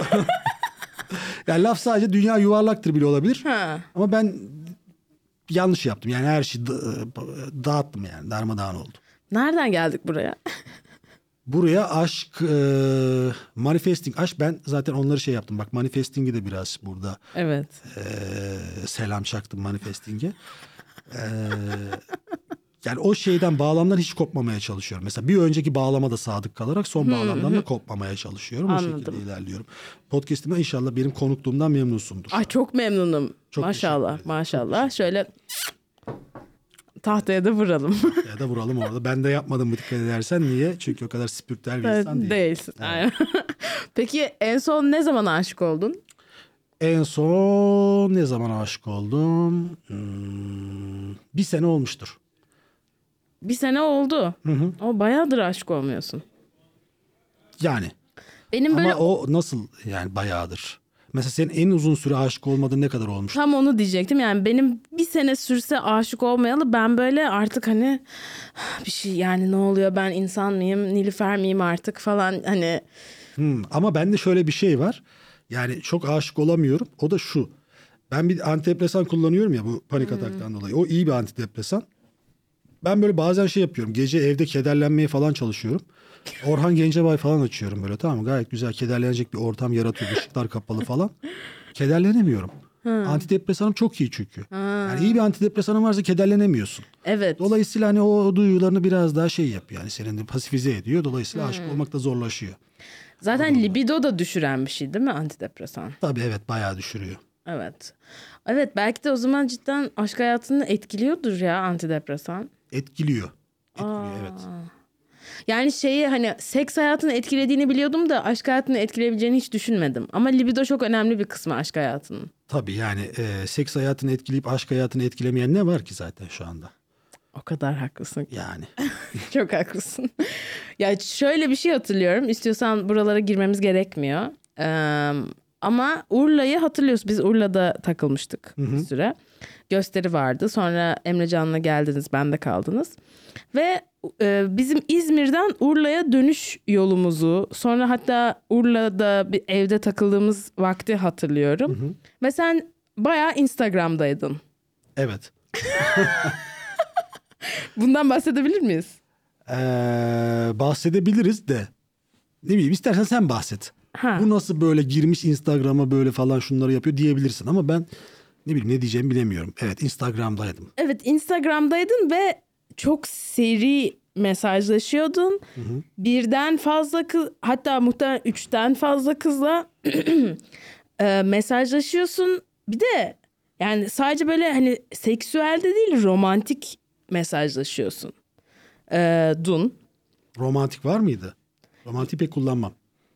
Yani laf sadece dünya yuvarlaktır bile olabilir. Ama ben yanlış yaptım. Yani her şeyi dağıttım yani. Darmadağın oldu. Nereden geldik buraya? Buraya aşk, manifesting. Aşk, ben zaten onları şey yaptım. Bak manifesting'i de biraz burada. Evet. Selam çaktım manifesting'e. Yani o şeyden, bağlamdan hiç kopmamaya çalışıyorum. Mesela bir önceki bağlama da sadık kalarak son bağlamdan da kopmamaya çalışıyorum. Anladım. O şekilde ilerliyorum. Podcast'imde inşallah benim konukluğumdan memnunsundur. Ay çok memnunum. Çok maşallah maşallah. Şöyle tahtaya da vuralım. Ya da vuralım orada. Ben de yapmadım bu, dikkat edersen. Niye? Çünkü o kadar spiritüel bir insan değilim. Değilsin. Evet. Peki en son ne zaman aşık oldun? En son ne zaman aşık oldum? Bir sene olmuştur. Bir sene oldu. O bayağıdır aşık olmuyorsun. Yani. Benim böyle... Ama o nasıl yani bayağıdır? Mesela senin en uzun süre aşık olmadığın ne kadar olmuş? Tam onu diyecektim. Yani benim bir sene sürse aşık olmayalı ben böyle artık hani bir şey yani ne oluyor, ben insan mıyım, Nilüfer miyim artık falan hani. Ama bende şöyle bir şey var. Yani çok aşık olamıyorum. O da şu. Ben bir antidepresan kullanıyorum ya bu panik ataktan dolayı. O iyi bir antidepresan. Ben böyle bazen şey yapıyorum. Gece evde kederlenmeye falan çalışıyorum. Orhan Gencebay falan açıyorum böyle, tamam mı? Gayet güzel kederlenecek bir ortam yaratıyor. Işıklar kapalı falan. Kederlenemiyorum. Antidepresanım çok iyi çünkü. Yani iyi bir antidepresanın varsa kederlenemiyorsun. Evet. Dolayısıyla hani o duygularını biraz daha şey yapıyor. Yani senin de pasifize ediyor. Dolayısıyla aşık olmak da zorlaşıyor. Zaten libido da düşüren bir şey değil mi antidepresan? Tabii evet, bayağı düşürüyor. Evet. Evet, belki de o zaman cidden aşk hayatını etkiliyordur ya antidepresan. Etkiliyor. Evet. Yani şeyi hani seks hayatını etkilediğini biliyordum da aşk hayatını etkileyebileceğini hiç düşünmedim. Ama libido çok önemli bir kısmı aşk hayatının. Tabii yani seks hayatını etkileyip aşk hayatını etkilemeyen ne var ki zaten şu anda? O kadar haklısın. Yani. Çok haklısın. Ya şöyle bir şey hatırlıyorum. İstiyorsan buralara girmemiz gerekmiyor. Ama Urla'yı hatırlıyorsun. Biz Urla'da takılmıştık bir süre. Gösteri vardı. Sonra Emrecan'la geldiniz, bende kaldınız. Ve bizim İzmir'den Urla'ya dönüş yolumuzu, sonra hatta Urla'da bir evde takıldığımız vakti hatırlıyorum. Ve sen bayağı Instagram'daydın. Evet. Bundan bahsedebilir miyiz? Bahsedebiliriz de. Ne bileyim, istersen sen bahset. Ha. Bu nasıl böyle girmiş Instagram'a böyle falan şunları yapıyor diyebilirsin. Ama ben ne bileyim ne diyeceğimi bilemiyorum. Evet, Instagram'daydım. Evet, Instagram'daydın ve çok seri mesajlaşıyordun. Birden fazla kız, hatta muhtemelen 3'ten fazla kızla mesajlaşıyorsun. Bir de yani sadece böyle hani seksüel de değil, romantik mesajlaşıyorsun. Dun. Romantik var mıydı? Romantik pek kullanmam.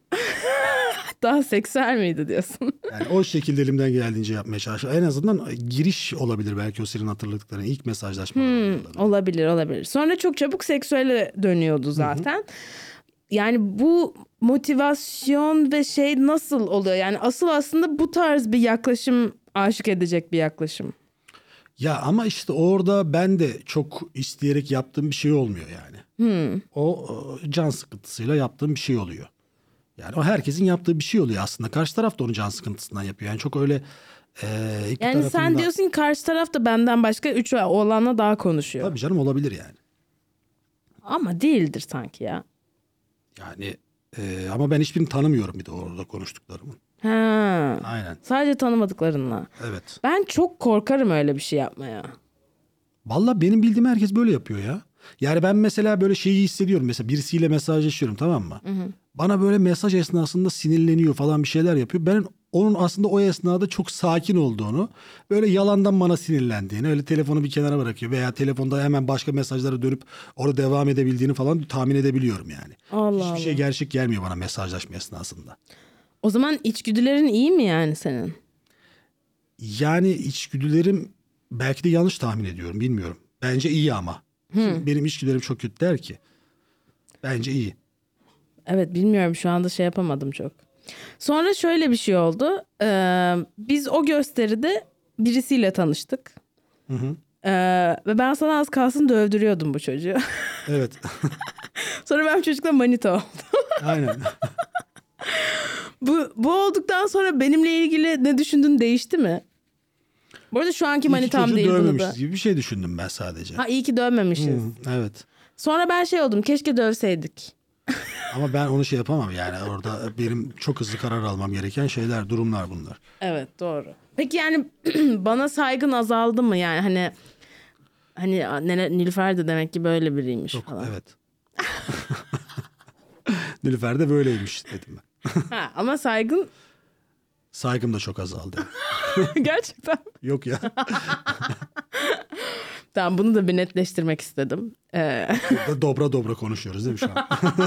Daha seksüel miydi diyorsun? Yani o şekilde elimden geldiğince yapmaya çalışıyorum. En azından giriş olabilir belki o senin hatırladıkların ilk mesajlaşma. Olabilir. Sonra çok çabuk seksüele dönüyordu zaten. Yani bu motivasyon ve şey nasıl oluyor? Yani asıl aslında bu tarz bir yaklaşım aşık edecek bir yaklaşım. Ya ama işte orada ben de çok isteyerek yaptığım bir şey olmuyor yani. O can sıkıntısıyla yaptığım bir şey oluyor. Yani o herkesin yaptığı bir şey oluyor aslında. Karşı taraf da onu can sıkıntısından yapıyor. Yani çok öyle iki yani tarafında... sen diyorsun ki karşı taraf da benden başka 3 oğlanla daha konuşuyor. Tabii canım, olabilir yani. Ama değildir sanki ya. Yani ama ben hiçbirini tanımıyorum bir de orada konuştuklarımın. Ha. Aynen. Sadece tanımadıklarınla. Evet. Ben çok korkarım öyle bir şey yapmaya. Vallahi benim bildiğim herkes böyle yapıyor ya. Yani ben mesela böyle şeyi hissediyorum. Mesela birisiyle mesajlaşıyorum, tamam mı? Bana böyle mesaj esnasında sinirleniyor falan, bir şeyler yapıyor. Ben onun aslında o esnada çok sakin olduğunu, böyle yalandan bana sinirlendiğini, öyle telefonu bir kenara bırakıyor veya telefonda hemen başka mesajlara dönüp orada devam edebildiğini falan tahmin edebiliyorum yani. Hiçbir şey gerçek gelmiyor bana mesajlaşma esnasında. O zaman içgüdülerin iyi mi yani senin? Yani içgüdülerim, belki de yanlış tahmin ediyorum, bilmiyorum. Bence iyi ama. Benim içgüdülerim çok kötü der ki. Bence iyi. Evet, bilmiyorum, şu anda şey yapamadım çok. Sonra şöyle bir şey oldu. Biz o gösteride birisiyle tanıştık. Ve ben sana az kalsın dövdürüyordum bu çocuğu. Evet. Sonra ben çocukla manita oldum. Aynen. Bu olduktan sonra benimle ilgili ne düşündüğün değişti mi? Bu arada şu anki manitam değil bunu da. dövmemişiz gibi bir şey düşündüm ben sadece. Ha, iyi ki dövmemişiz. Evet. Sonra ben şey oldum, keşke dövseydik. Ama ben onu şey yapamam yani, orada benim çok hızlı karar almam gereken şeyler, durumlar bunlar. Evet, doğru. Peki yani bana saygın azaldı mı yani hani Nilüfer de demek ki böyle biriymiş Çok, falan. evet. Nilüfer de böyleymiş dedim ben. Ha, ama saygın Saygım da çok azaldı. gerçekten. Yok ya. Tamam, bunu da bir netleştirmek istedim. Burada dobra konuşuyoruz değil mi şu an?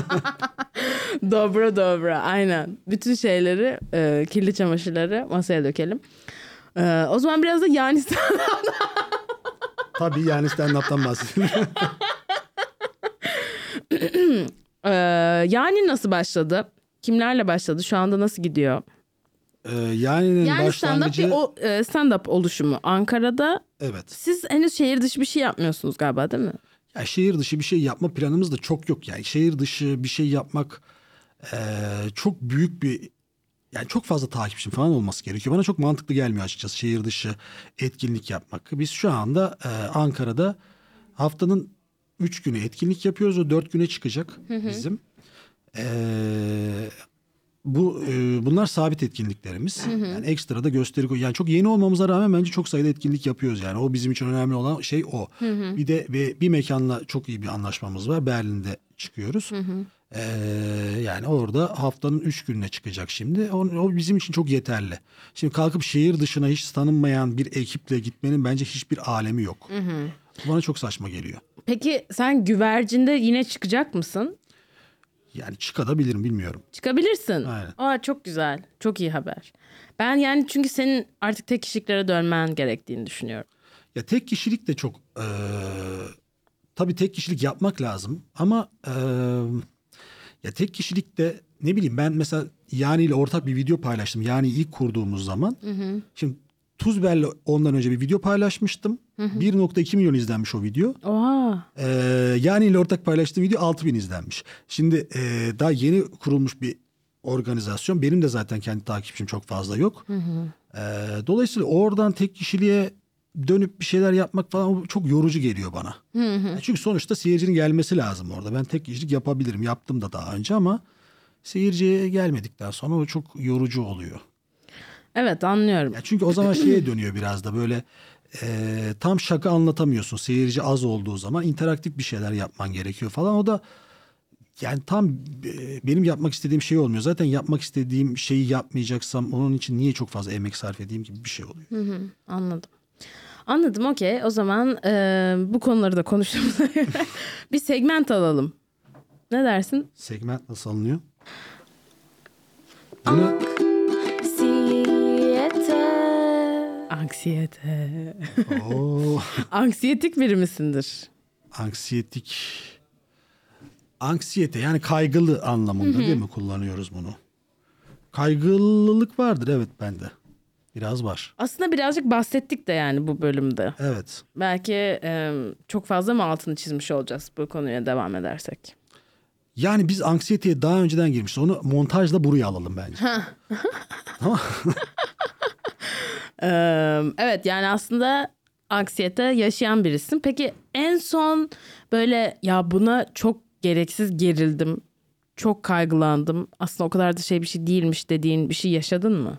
Dobra aynen. Bütün şeyleri, kirli çamaşırları masaya dökelim. O zaman biraz da yani Tabii yani stand-up'tan bahsedelim. yani nasıl başladı? Kimlerle başladı? Şu anda nasıl gidiyor? Yani başlangıcı... stand-up oluşumu Ankara'da. Evet. Siz henüz şehir dışı bir şey yapmıyorsunuz galiba, değil mi? Ya şehir dışı bir şey yapma planımız da çok yok. Yani şehir dışı bir şey yapmak çok büyük bir... Yani çok fazla takipçim falan olması gerekiyor. Bana çok mantıklı gelmiyor açıkçası şehir dışı etkinlik yapmak. Biz şu anda Ankara'da haftanın 3 günü etkinlik yapıyoruz. O 4 güne çıkacak bizim. Bunlar sabit etkinliklerimiz. Yani ekstra da gösteri, yani çok yeni olmamıza rağmen bence çok sayıda etkinlik yapıyoruz yani. O bizim için önemli olan şey o. Bir de bir mekanla çok iyi bir anlaşmamız var. Berlin'de çıkıyoruz. Yani orada haftanın 3 gününe çıkacak şimdi. O bizim için çok yeterli. Şimdi kalkıp şehir dışına hiç tanınmayan bir ekiple gitmenin bence hiçbir alemi yok. Bana çok saçma geliyor. Peki sen güvercinde yine çıkacak mısın? Yani çıkabilirim, bilmiyorum. Çıkabilirsin. Aynen. Aa, çok güzel. Çok iyi haber. Ben yani çünkü senin artık tek kişiliklere dönmen gerektiğini düşünüyorum. Ya tek kişilik de çok... tabii tek kişilik yapmak lazım. Ama ya tek kişilik de ne bileyim, ben mesela Yani ile ortak bir video paylaştım. Yani ilk kurduğumuz zaman. Şimdi Tuzber'le ondan önce bir video paylaşmıştım. 1.2 milyon izlenmiş o video. Oha. Yani ile ortak paylaştığım video 6.000 izlenmiş. Şimdi daha yeni kurulmuş bir organizasyon. Benim de zaten kendi takipçim çok fazla yok. Dolayısıyla oradan tek kişiliğe dönüp bir şeyler yapmak falan çok yorucu geliyor bana. Çünkü sonuçta seyircinin gelmesi lazım orada. Ben tek kişilik yapabilirim. Yaptım da daha önce ama seyirciye gelmedikten sonra o çok yorucu oluyor. Evet, anlıyorum. Ya çünkü o zaman şeye dönüyor biraz da böyle tam şaka anlatamıyorsun. Seyirci az olduğu zaman interaktif bir şeyler yapman gerekiyor falan. O da yani tam benim yapmak istediğim şey olmuyor. Zaten yapmak istediğim şeyi yapmayacaksam onun için niye çok fazla emek sarf edeyim gibi bir şey oluyor. Anladım. Anladım, okey. O zaman bu konuları da konuştuğumuza göre bir segment alalım. Ne dersin? Segment nasıl alınıyor? Bunu... Anksiyete. Oo. Anksiyetik biri misindir? Anksiyete yani kaygılı anlamında değil mi kullanıyoruz bunu? Kaygılılık vardır, evet, bende. Biraz var. Aslında birazcık bahsettik de yani bu bölümde. Evet. Belki çok fazla mı altını çizmiş olacağız bu konuya devam edersek? Yani biz anksiyeteye daha önceden girmişiz. Onu montajla buraya alalım bence. Tamam. Evet, yani aslında anksiyete yaşayan birisin. Peki en son böyle ya buna çok gereksiz gerildim, çok kaygılandım, aslında o kadar da bir şey değilmiş dediğin bir şey yaşadın mı?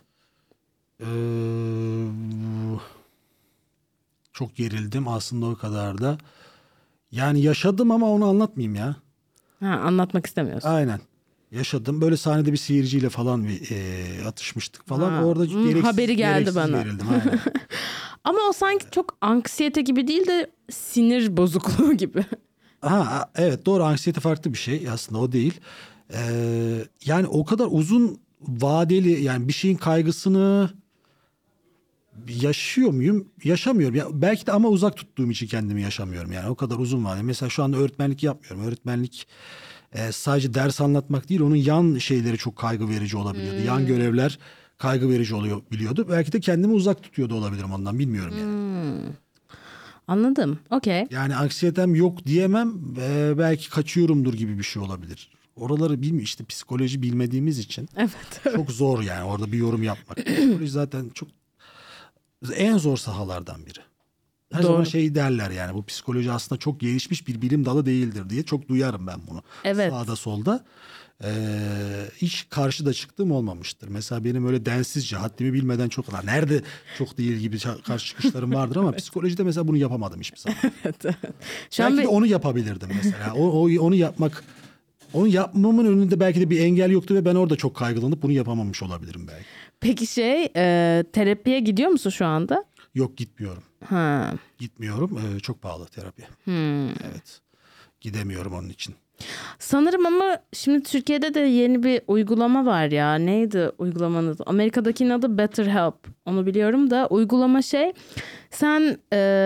Çok gerildim aslında, o kadar da. Yani yaşadım ama onu anlatmayayım ya. Anlatmak istemiyorsun. Aynen. Yaşadım. Böyle sahnede bir seyirciyle falan bir atışmıştık falan. Orada haberi geldi bana. Gerildim. Aynen. Ama o sanki çok anksiyete gibi değil de sinir bozukluğu gibi. Evet, doğru, anksiyete farklı bir şey aslında, o değil. Yani o kadar uzun vadeli, yani bir şeyin kaygısını yaşıyor muyum? Yaşamıyorum. Ya belki de ama uzak tuttuğum için kendimi yaşamıyorum. Yani o kadar uzun vadeli. Mesela şu anda öğretmenlik yapmıyorum. Öğretmenlik sadece ders anlatmak değil, onun yan şeyleri çok kaygı verici olabiliyordu. Yan görevler kaygı verici biliyordu. Belki de kendimi uzak tutuyordu olabilirim ondan, bilmiyorum yani. Anladım. Okey. Yani anksiyetem yok diyemem. Belki kaçıyorumdur gibi bir şey olabilir. Oraları bilmiyorum işte, psikoloji bilmediğimiz için. Evet. Çok zor yani orada bir yorum yapmak. Psikoloji zaten çok en zor sahalardan biri. Her Doğru. zaman şey derler yani, bu psikoloji aslında çok gelişmiş bir bilim dalı değildir diye çok duyarım ben bunu. Evet. Sağda solda. Hiç karşıda çıktığım olmamıştır. Mesela benim öyle densizce, haddimi bilmeden çok nerede çok değil gibi karşı çıkışlarım vardır ama psikolojide mesela bunu yapamadım hiçbir zaman. Evet. Belki de onu yapabilirdim mesela. Onu yapmamın önünde belki de bir engel yoktu ve ben orada çok kaygılanıp bunu yapamamış olabilirim belki. Peki terapiye gidiyor musun şu anda? Yok, gitmiyorum. Gitmiyorum. Çok pahalı terapi. Evet. Gidemiyorum onun için. Sanırım ama şimdi Türkiye'de de yeni bir uygulama var ya. Neydi uygulamanın adı? Amerika'dakinin adı BetterHelp. Onu biliyorum da uygulama sen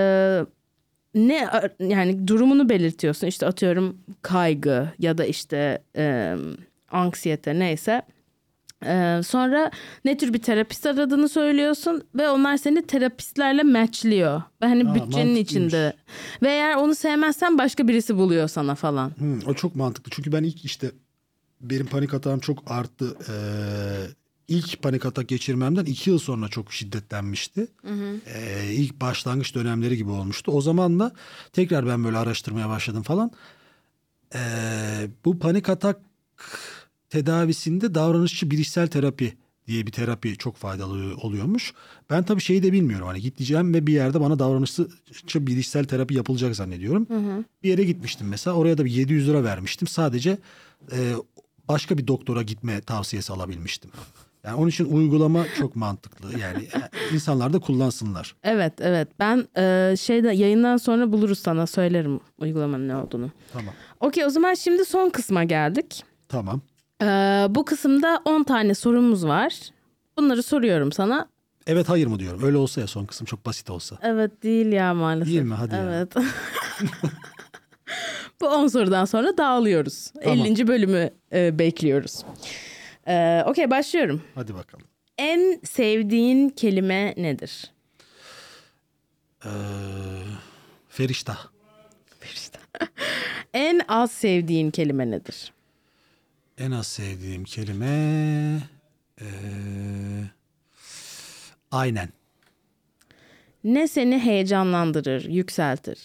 yani durumunu belirtiyorsun. İşte atıyorum kaygı ya da işte anksiyete neyse. Sonra ne tür bir terapist aradığını söylüyorsun ve onlar seni terapistlerle matchliyor. Ve hani bütçenin içinde. Ve eğer onu sevmezsen başka birisi buluyor sana falan. O çok mantıklı. Çünkü ben ilk işte benim panik atağım çok arttı. İlk panik atak geçirmemden 2 yıl sonra çok şiddetlenmişti. İlk başlangıç dönemleri gibi olmuştu. O zaman da tekrar ben böyle araştırmaya başladım falan. Bu panik atak tedavisinde davranışçı bilişsel terapi diye bir terapi çok faydalı oluyormuş. Ben tabii şeyi de bilmiyorum. Hani gideceğim ve bir yerde bana davranışçı bilişsel terapi yapılacak zannediyorum. Bir yere gitmiştim mesela. Oraya da bir 700 lira vermiştim. Sadece başka bir doktora gitme tavsiyesi alabilmiştim. Yani onun için uygulama çok mantıklı. Yani insanlar da kullansınlar. Evet. Ben yayından sonra buluruz, sana söylerim uygulamanın ne olduğunu. Tamam. Okey, o zaman şimdi son kısma geldik. Tamam. Bu kısımda 10 tane sorumuz var. Bunları soruyorum sana. Evet hayır mı diyorum. Öyle olsa ya, son kısım çok basit olsa. Evet değil ya, maalesef. Değil mi? Hadi evet. Bu 10 sorudan sonra dağılıyoruz. Tamam. 50. bölümü bekliyoruz. Okey, başlıyorum. Hadi bakalım. En sevdiğin kelime nedir? Feriştah. En az sevdiğin kelime nedir? En az sevdiğim kelime aynen. Ne seni heyecanlandırır, yükseltir?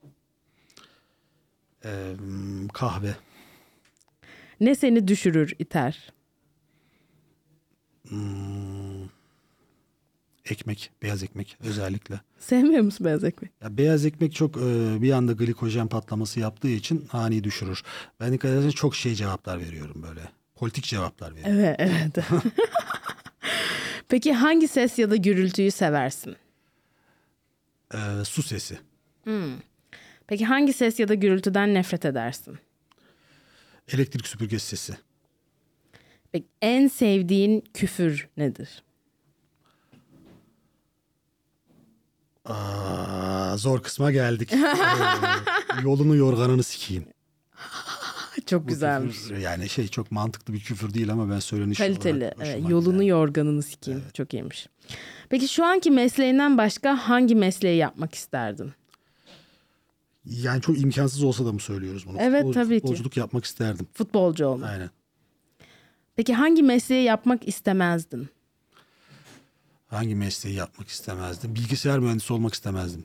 Kahve. Ne seni düşürür, iter? Ekmek, beyaz ekmek özellikle. Sevmiyor musun beyaz ekmek? Ya beyaz ekmek çok bir anda glikojen patlaması yaptığı için ani düşürür. Ben dikkat edersen çok cevaplar veriyorum böyle. Politik cevaplar veriyorum. Evet. Peki hangi ses ya da gürültüyü seversin? Su sesi. Peki hangi ses ya da gürültüden nefret edersin? Elektrik süpürgesi sesi. Peki en sevdiğin küfür nedir? Zor kısma geldik. Yolunu yorganını sikeyim. Çok güzelmiş. Yani çok mantıklı bir küfür değil ama ben söyleniş kaliteli. Evet, yolunu yorganını sikeyim. Evet. Çok iyiymiş. Peki şu anki mesleğinden başka hangi mesleği yapmak isterdin? Yani çok imkansız olsa da mı söylüyoruz bunu? Evet, tabii ki. Futbolculuk yapmak isterdim. Futbolcu olmak. Aynen. Peki hangi mesleği yapmak istemezdin? Hangi mesleği yapmak istemezdim? Bilgisayar mühendisi olmak istemezdim.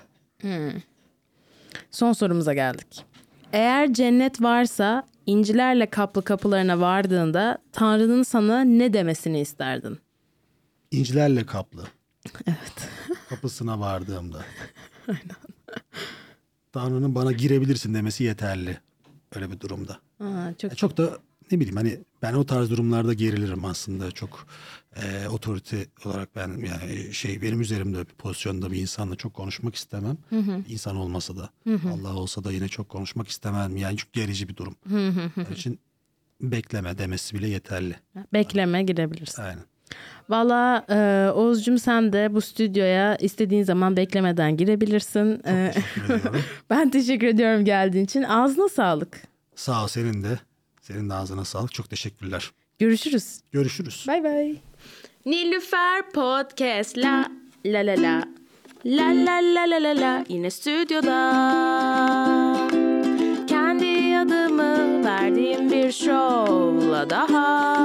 Son sorumuza geldik. Eğer cennet varsa incilerle kaplı kapılarına vardığında Tanrı'nın sana ne demesini isterdin? İncilerle kaplı. Evet. Kapısına vardığımda. Aynen. Tanrı'nın bana girebilirsin demesi yeterli. Öyle bir durumda. Çok da ne bileyim, hani ben o tarz durumlarda gerilirim aslında. Çok otorite olarak ben yani benim üzerimde bir pozisyonda bir insanla çok konuşmak istemem. İnsan olmasa da Allah olsa da yine çok konuşmak istemem. Yani çok gerici bir durum. Onun için bekleme demesi bile yeterli. Bekleme, girebilirsin. Aynen. Valla Oğuzcum, sen de bu stüdyoya istediğin zaman beklemeden girebilirsin. Teşekkür ediyorum. Ben teşekkür ediyorum geldiğin için. Ağzına sağlık. Sağ ol, senin de. Senin de ağzına sağlık. Çok teşekkürler. Görüşürüz. Görüşürüz. Bay bay. Nilüfer Podcast la la la la la la la la la la, yine stüdyoda. Kendi adımı verdiğim bir şovla daha.